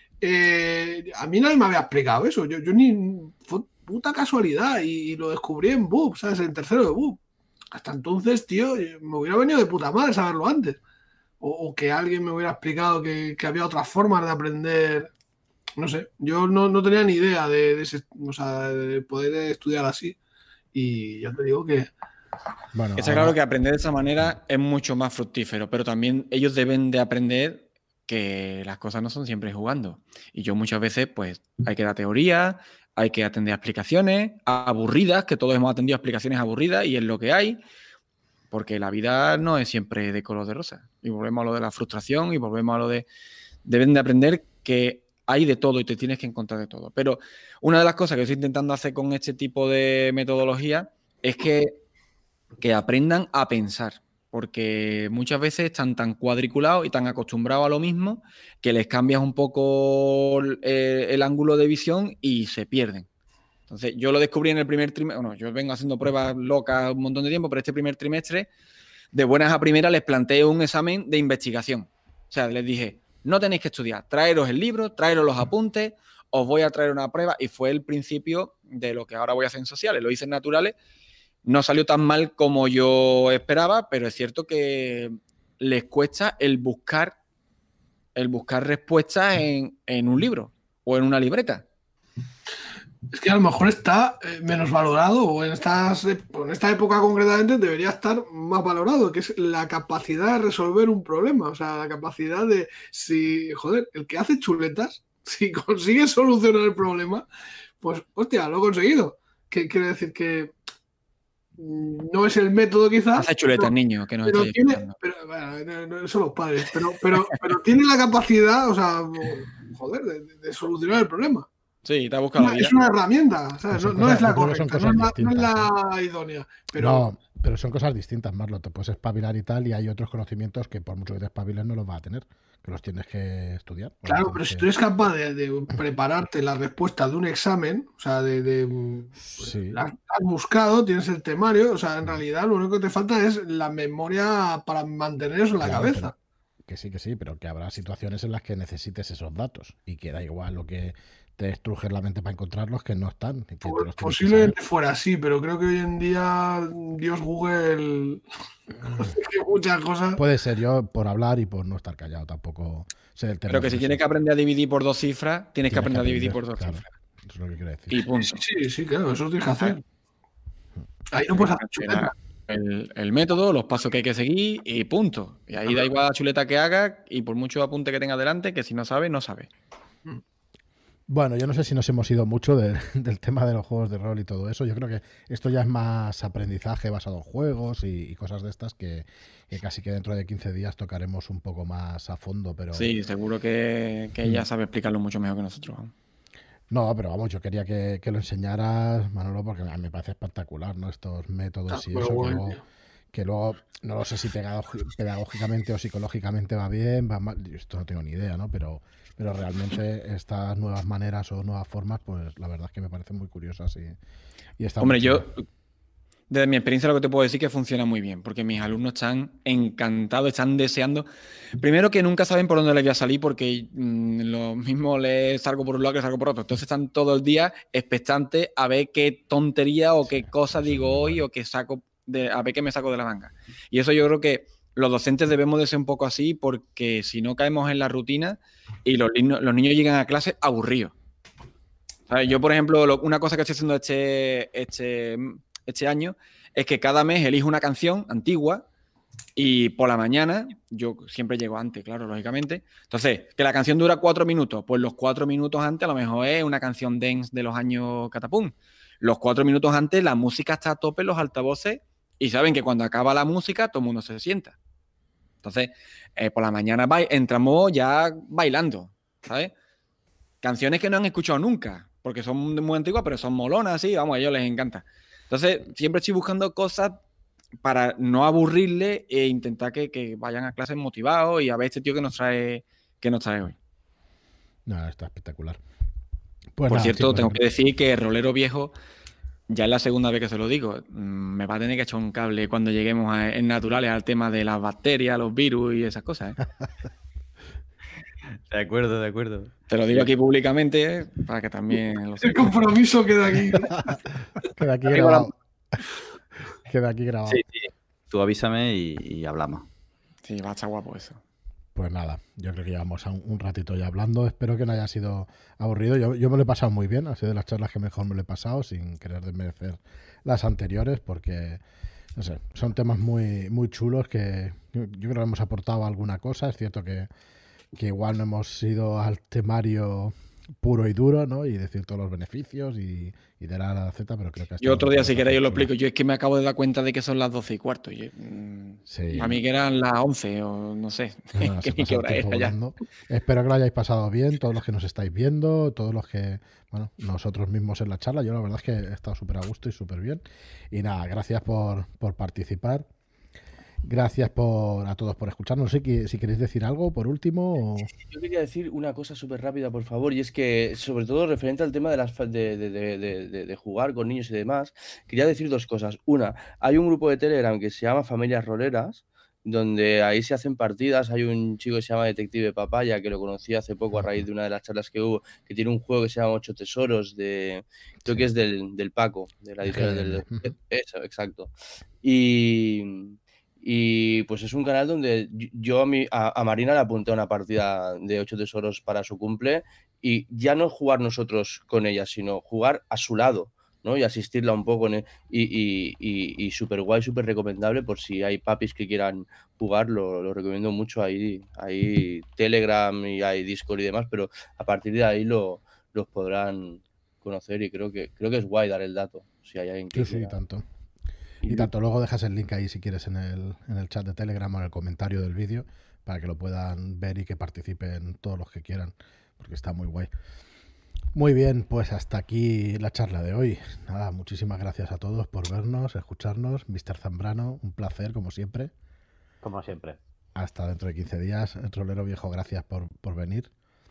a mí nadie me había explicado eso. Yo ni... Fue puta casualidad y lo descubrí en BUP, ¿sabes? En tercero de BUP. Hasta entonces, tío, me hubiera venido de puta madre saberlo antes. O que alguien me hubiera explicado que había otras formas de aprender. No sé, yo no tenía ni idea de poder estudiar así. Y ya te digo que... Bueno, está claro que aprender de esa manera es mucho más fructífero, pero también ellos deben de aprender que las cosas no son siempre jugando. Y yo muchas veces, pues, hay que dar teoría, hay que atender a explicaciones aburridas, que todos hemos atendido a explicaciones aburridas y es lo que hay, porque la vida no es siempre de color de rosa. Y volvemos a lo de la frustración y volvemos a lo de... Deben de aprender que hay de todo y te tienes que encontrar de todo. Pero una de las cosas que estoy intentando hacer con este tipo de metodología es que aprendan a pensar, porque muchas veces están tan cuadriculados y tan acostumbrados a lo mismo que les cambias un poco el ángulo de visión y se pierden. Entonces, yo lo descubrí en el primer trimestre, bueno, yo vengo haciendo pruebas locas un montón de tiempo, pero este primer trimestre, de buenas a primeras, les planteé un examen de investigación. O sea, les dije, no tenéis que estudiar, traeros el libro, traeros los apuntes, os voy a traer una prueba, y fue el principio de lo que ahora voy a hacer en sociales. Lo hice en naturales. No salió tan mal como yo esperaba, pero es cierto que les cuesta el buscar respuestas en un libro o en una libreta. Es que a lo mejor está menos valorado o en esta época concretamente debería estar más valorado, que es la capacidad de resolver un problema. O sea, la capacidad de, el que hace chuletas, si consigue solucionar el problema, pues, hostia, lo he conseguido. Quiere decir que no es el método quizás. Hace chuletas, niño, que no pero tiene, bueno, son los padres, pero tiene la capacidad, o sea, de solucionar el problema. Sí, te ha buscado la vida. Es una herramienta, o sea, no es la correcta, no es la idónea. Pero son cosas distintas, Marlo. Te puedes espabilar y tal, y hay otros conocimientos que por mucho que te espabiles no los vas a tener, que los tienes que estudiar. Claro, pero si tú eres capaz de prepararte la respuesta de un examen, o sea, sí. La has buscado, tienes el temario, o sea, en realidad lo único que te falta es la memoria para mantener eso en la cabeza. Que sí, pero que habrá situaciones en las que necesites esos datos y que da igual lo que te estrujes la mente para encontrarlos, que no están. Que posiblemente fuera así, pero creo que hoy en día Dios Google muchas cosas. Puede ser, yo por hablar y por no estar callado tampoco sé el tema. Pero que si tienes que aprender a dividir por 2 cifras, tienes que aprender a dividir por 2 cifras. Eso es lo que quiero decir. Y punto. Sí, claro, eso lo tienes que hacer. Ahí no puedes hacer chuleta. El método, los pasos que hay que seguir y punto. Y ahí da igual la chuleta que hagas y por mucho apunte que tenga delante, que si no sabe, no sabe. Bueno, yo no sé si nos hemos ido mucho del tema de los juegos de rol y todo eso. Yo creo que esto ya es más aprendizaje basado en juegos y cosas de estas que casi que dentro de 15 días tocaremos un poco más a fondo. Pero Sí, seguro que ella sabe explicarlo mucho mejor que nosotros. no, pero vamos, yo quería que lo enseñaras, Manolo, porque a mí me parece espectacular, ¿no? Estos métodos y pero eso, bueno. que luego no lo sé si pedagógicamente o psicológicamente va bien, va mal, yo esto no tengo ni idea, ¿no? Pero realmente estas nuevas maneras o nuevas formas, pues la verdad es que me parecen muy curiosas y está Hombre, muy yo, chulo. desde mi experiencia, lo que te puedo decir es que funciona muy bien, porque mis alumnos están encantados, están deseando. Primero que nunca saben por dónde les voy a salir, porque lo mismo les salgo por un lado que les salgo por otro. Entonces están todo el día expectantes a ver qué tontería o qué cosa digo hoy o qué saco a ver qué me saco de la manga. Y eso yo creo que los docentes debemos de ser un poco así, porque si no caemos en la rutina y los niños llegan a clase aburridos. ¿Sabes? Yo, por ejemplo, una cosa que estoy haciendo este año es que cada mes elijo una canción antigua y por la mañana, yo siempre llego antes, claro, lógicamente. Entonces, que la canción dura 4 minutos, pues los 4 minutos antes a lo mejor es una canción dance de los años catapum. Los 4 minutos antes la música está a tope en los altavoces y saben que cuando acaba la música todo el mundo se sienta. Entonces, por la mañana entramos ya bailando, ¿sabes? Canciones que no han escuchado nunca, porque son muy antiguas, pero son molonas, sí, vamos, a ellos les encanta. Entonces, siempre estoy buscando cosas para no aburrirle e intentar que vayan a clases motivados y a ver este tío que nos trae hoy. No, está espectacular. Pues Por nada, cierto, chicos, tengo que decir que Rolero Viejo, ya es la segunda vez que se lo digo, me va a tener que echar un cable cuando lleguemos en naturales al tema de las bacterias, los virus y esas cosas, ¿eh? De acuerdo, de acuerdo. Te lo digo aquí públicamente, para que también lo El sepas. compromiso queda aquí. Queda aquí grabado. Queda aquí grabado. Sí, sí. Tú avísame y hablamos. Sí, va a estar guapo eso. Pues nada, yo creo que llevamos un ratito ya hablando. Espero que no haya sido aburrido. Yo me lo he pasado muy bien. Ha sido de las charlas que mejor me lo he pasado, sin querer desmerecer las anteriores, porque no sé, son temas muy, muy chulos que yo creo que hemos aportado alguna cosa. Es cierto que igual no hemos ido al temario puro y duro, ¿no? Y decir todos los beneficios y de la A a la Z, pero creo que... Yo otro día, si queréis, os lo explico. Yo es que me acabo de dar cuenta de que son las 12:15. Sí. A mí que eran las 11 o no sé. No, ¿Qué se pasa el hora es tiempo ya? volando. Espero que lo hayáis pasado bien, todos los que nos estáis viendo, todos los que, bueno, nosotros mismos en la charla. Yo la verdad es que he estado súper a gusto y súper bien. Y nada, gracias por participar. Gracias a todos por escucharnos. No sé si queréis decir algo por último. Yo quería decir una cosa súper rápida, por favor, y es que, sobre todo referente al tema de jugar con niños y demás, quería decir dos cosas. Una, hay un grupo de Telegram que se llama Familias Roleras, donde ahí se hacen partidas. Hay un chico que se llama Detective Papaya, que lo conocí hace poco a raíz de una de las charlas que hubo, que tiene un juego que se llama 8 Tesoros, creo que es del Paco, de la editorial del... Eso, exacto. Y pues es un canal donde yo a Marina le apunté a una partida de 8 tesoros para su cumple, y ya no jugar nosotros con ella, sino jugar a su lado, ¿no? Y asistirla un poco. Y súper guay, súper recomendable por si hay papis que quieran jugar, lo recomiendo mucho. Ahí hay Telegram y hay Discord y demás, pero a partir de ahí los podrán conocer, y creo que es guay dar el dato, si hay alguien que Sí, quiera. tanto. Y tanto, luego dejas el link ahí si quieres en el chat de Telegram o en el comentario del vídeo para que lo puedan ver y que participen todos los que quieran, porque está muy guay. Muy bien, pues hasta aquí la charla de hoy. Nada, muchísimas gracias a todos por vernos, escucharnos. Mr. Zambrano, un placer como siempre. Como siempre. Hasta dentro de 15 días. El Rolero Viejo, gracias por venir.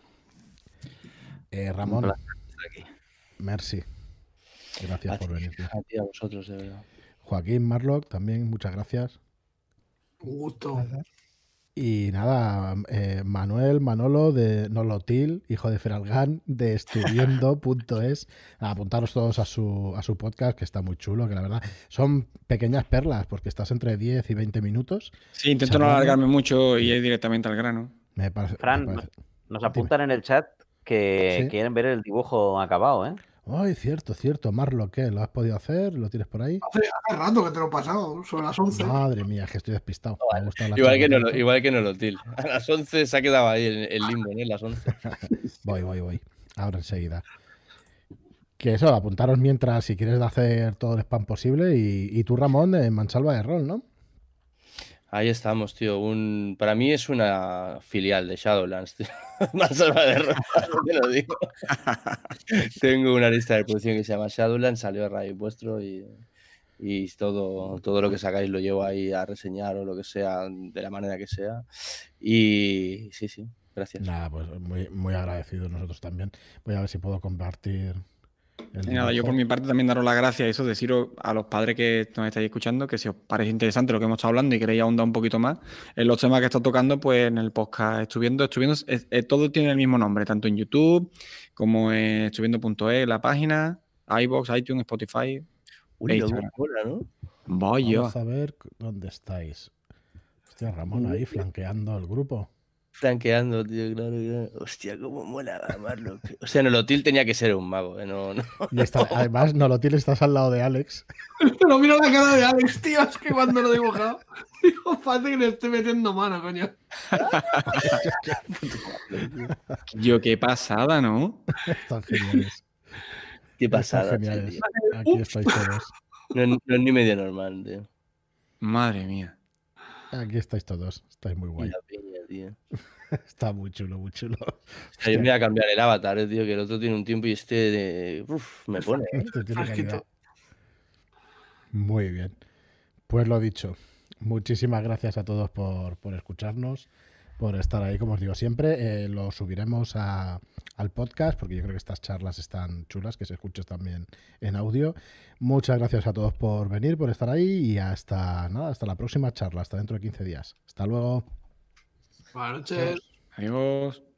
Ramón, Un placer estar aquí. merci. Gracias por venir, tío. A ti, a vosotros, de verdad. Joaquín Marlock, también muchas gracias. Un gusto. Y nada, Manolo de Nolotil, hijo de Feralgán, de estudiendo.es. Apuntaros todos a su podcast, que está muy chulo, que la verdad son pequeñas perlas, porque estás entre 10 y 20 minutos. Sí, intento no alargarme mucho y ir directamente al grano. Fran, nos apuntan en el chat que ¿Sí? quieren ver el dibujo acabado, ¿eh? Ay, cierto. Marlo, ¿qué? ¿Lo has podido hacer? ¿Lo tienes por ahí? Hace rato que te lo he pasado, sobre las 11. Madre mía, es que estoy despistado. Me ha gustado la Igual charla que tanto. Nolotil. A las 11 se ha quedado ahí el limbo, ¿no? Las 11. Voy. ahora enseguida. Que eso, apuntaros mientras si quieres hacer todo el spam posible. Y tú, Ramón, en Mansalva de Rol, ¿no? Ahí estamos, tío. Para mí es una filial de Shadowlands, tío. Mansalva de Rol, te lo digo. Tengo una lista de producción que se llama Shadowlands, salió a raíz vuestro y todo lo que sacáis lo llevo ahí a reseñar o lo que sea, de la manera que sea. Y sí, gracias. Nada, pues muy, muy agradecido nosotros también. Voy a ver si puedo compartir el Nada, yo dibujo. por mi parte también daros las gracias, eso, deciros a los padres que nos estáis escuchando que si os parece interesante lo que hemos estado hablando y queréis ahondar un poquito más en los temas que está tocando, pues en el podcast Estuviendo, todo tiene el mismo nombre, tanto en YouTube como en estuviendo.es, la página, iVoox, iTunes, Spotify. Uy, lo mola, ¿no? Vaya. Vamos a ver dónde estáis. Hostia, Ramón ahí flanqueando el grupo. Franqueando, tío, claro. Hostia, cómo mola, Marlo. O sea, Nolotil tenía que ser un mago, no. Y además, Nolotil, estás al lado de Alex. Pero mira la cara de Alex, tío, es que cuando lo he dibujado, digo, parece que le estoy metiendo mano, coño. Yo, qué pasada, ¿no? Están geniales. Qué pasada, Están geniales. tío. Aquí estáis todos. No es ni medio normal, tío. Madre mía. Aquí estáis todos. Estáis muy Y guay. la peña, tío. Está muy chulo, muy chulo. O sea, yo me voy a cambiar el avatar, tío, que el otro tiene un tiempo y me pone. Este tiene calidad. Muy bien. Pues lo dicho. Muchísimas gracias a todos por escucharnos, por estar ahí, como os digo siempre. Lo subiremos al podcast, porque yo creo que estas charlas están chulas, que se escuchen también en audio. Muchas gracias a todos por venir, por estar ahí y hasta la próxima charla, hasta dentro de 15 días. Hasta luego. Buenas noches. Adiós.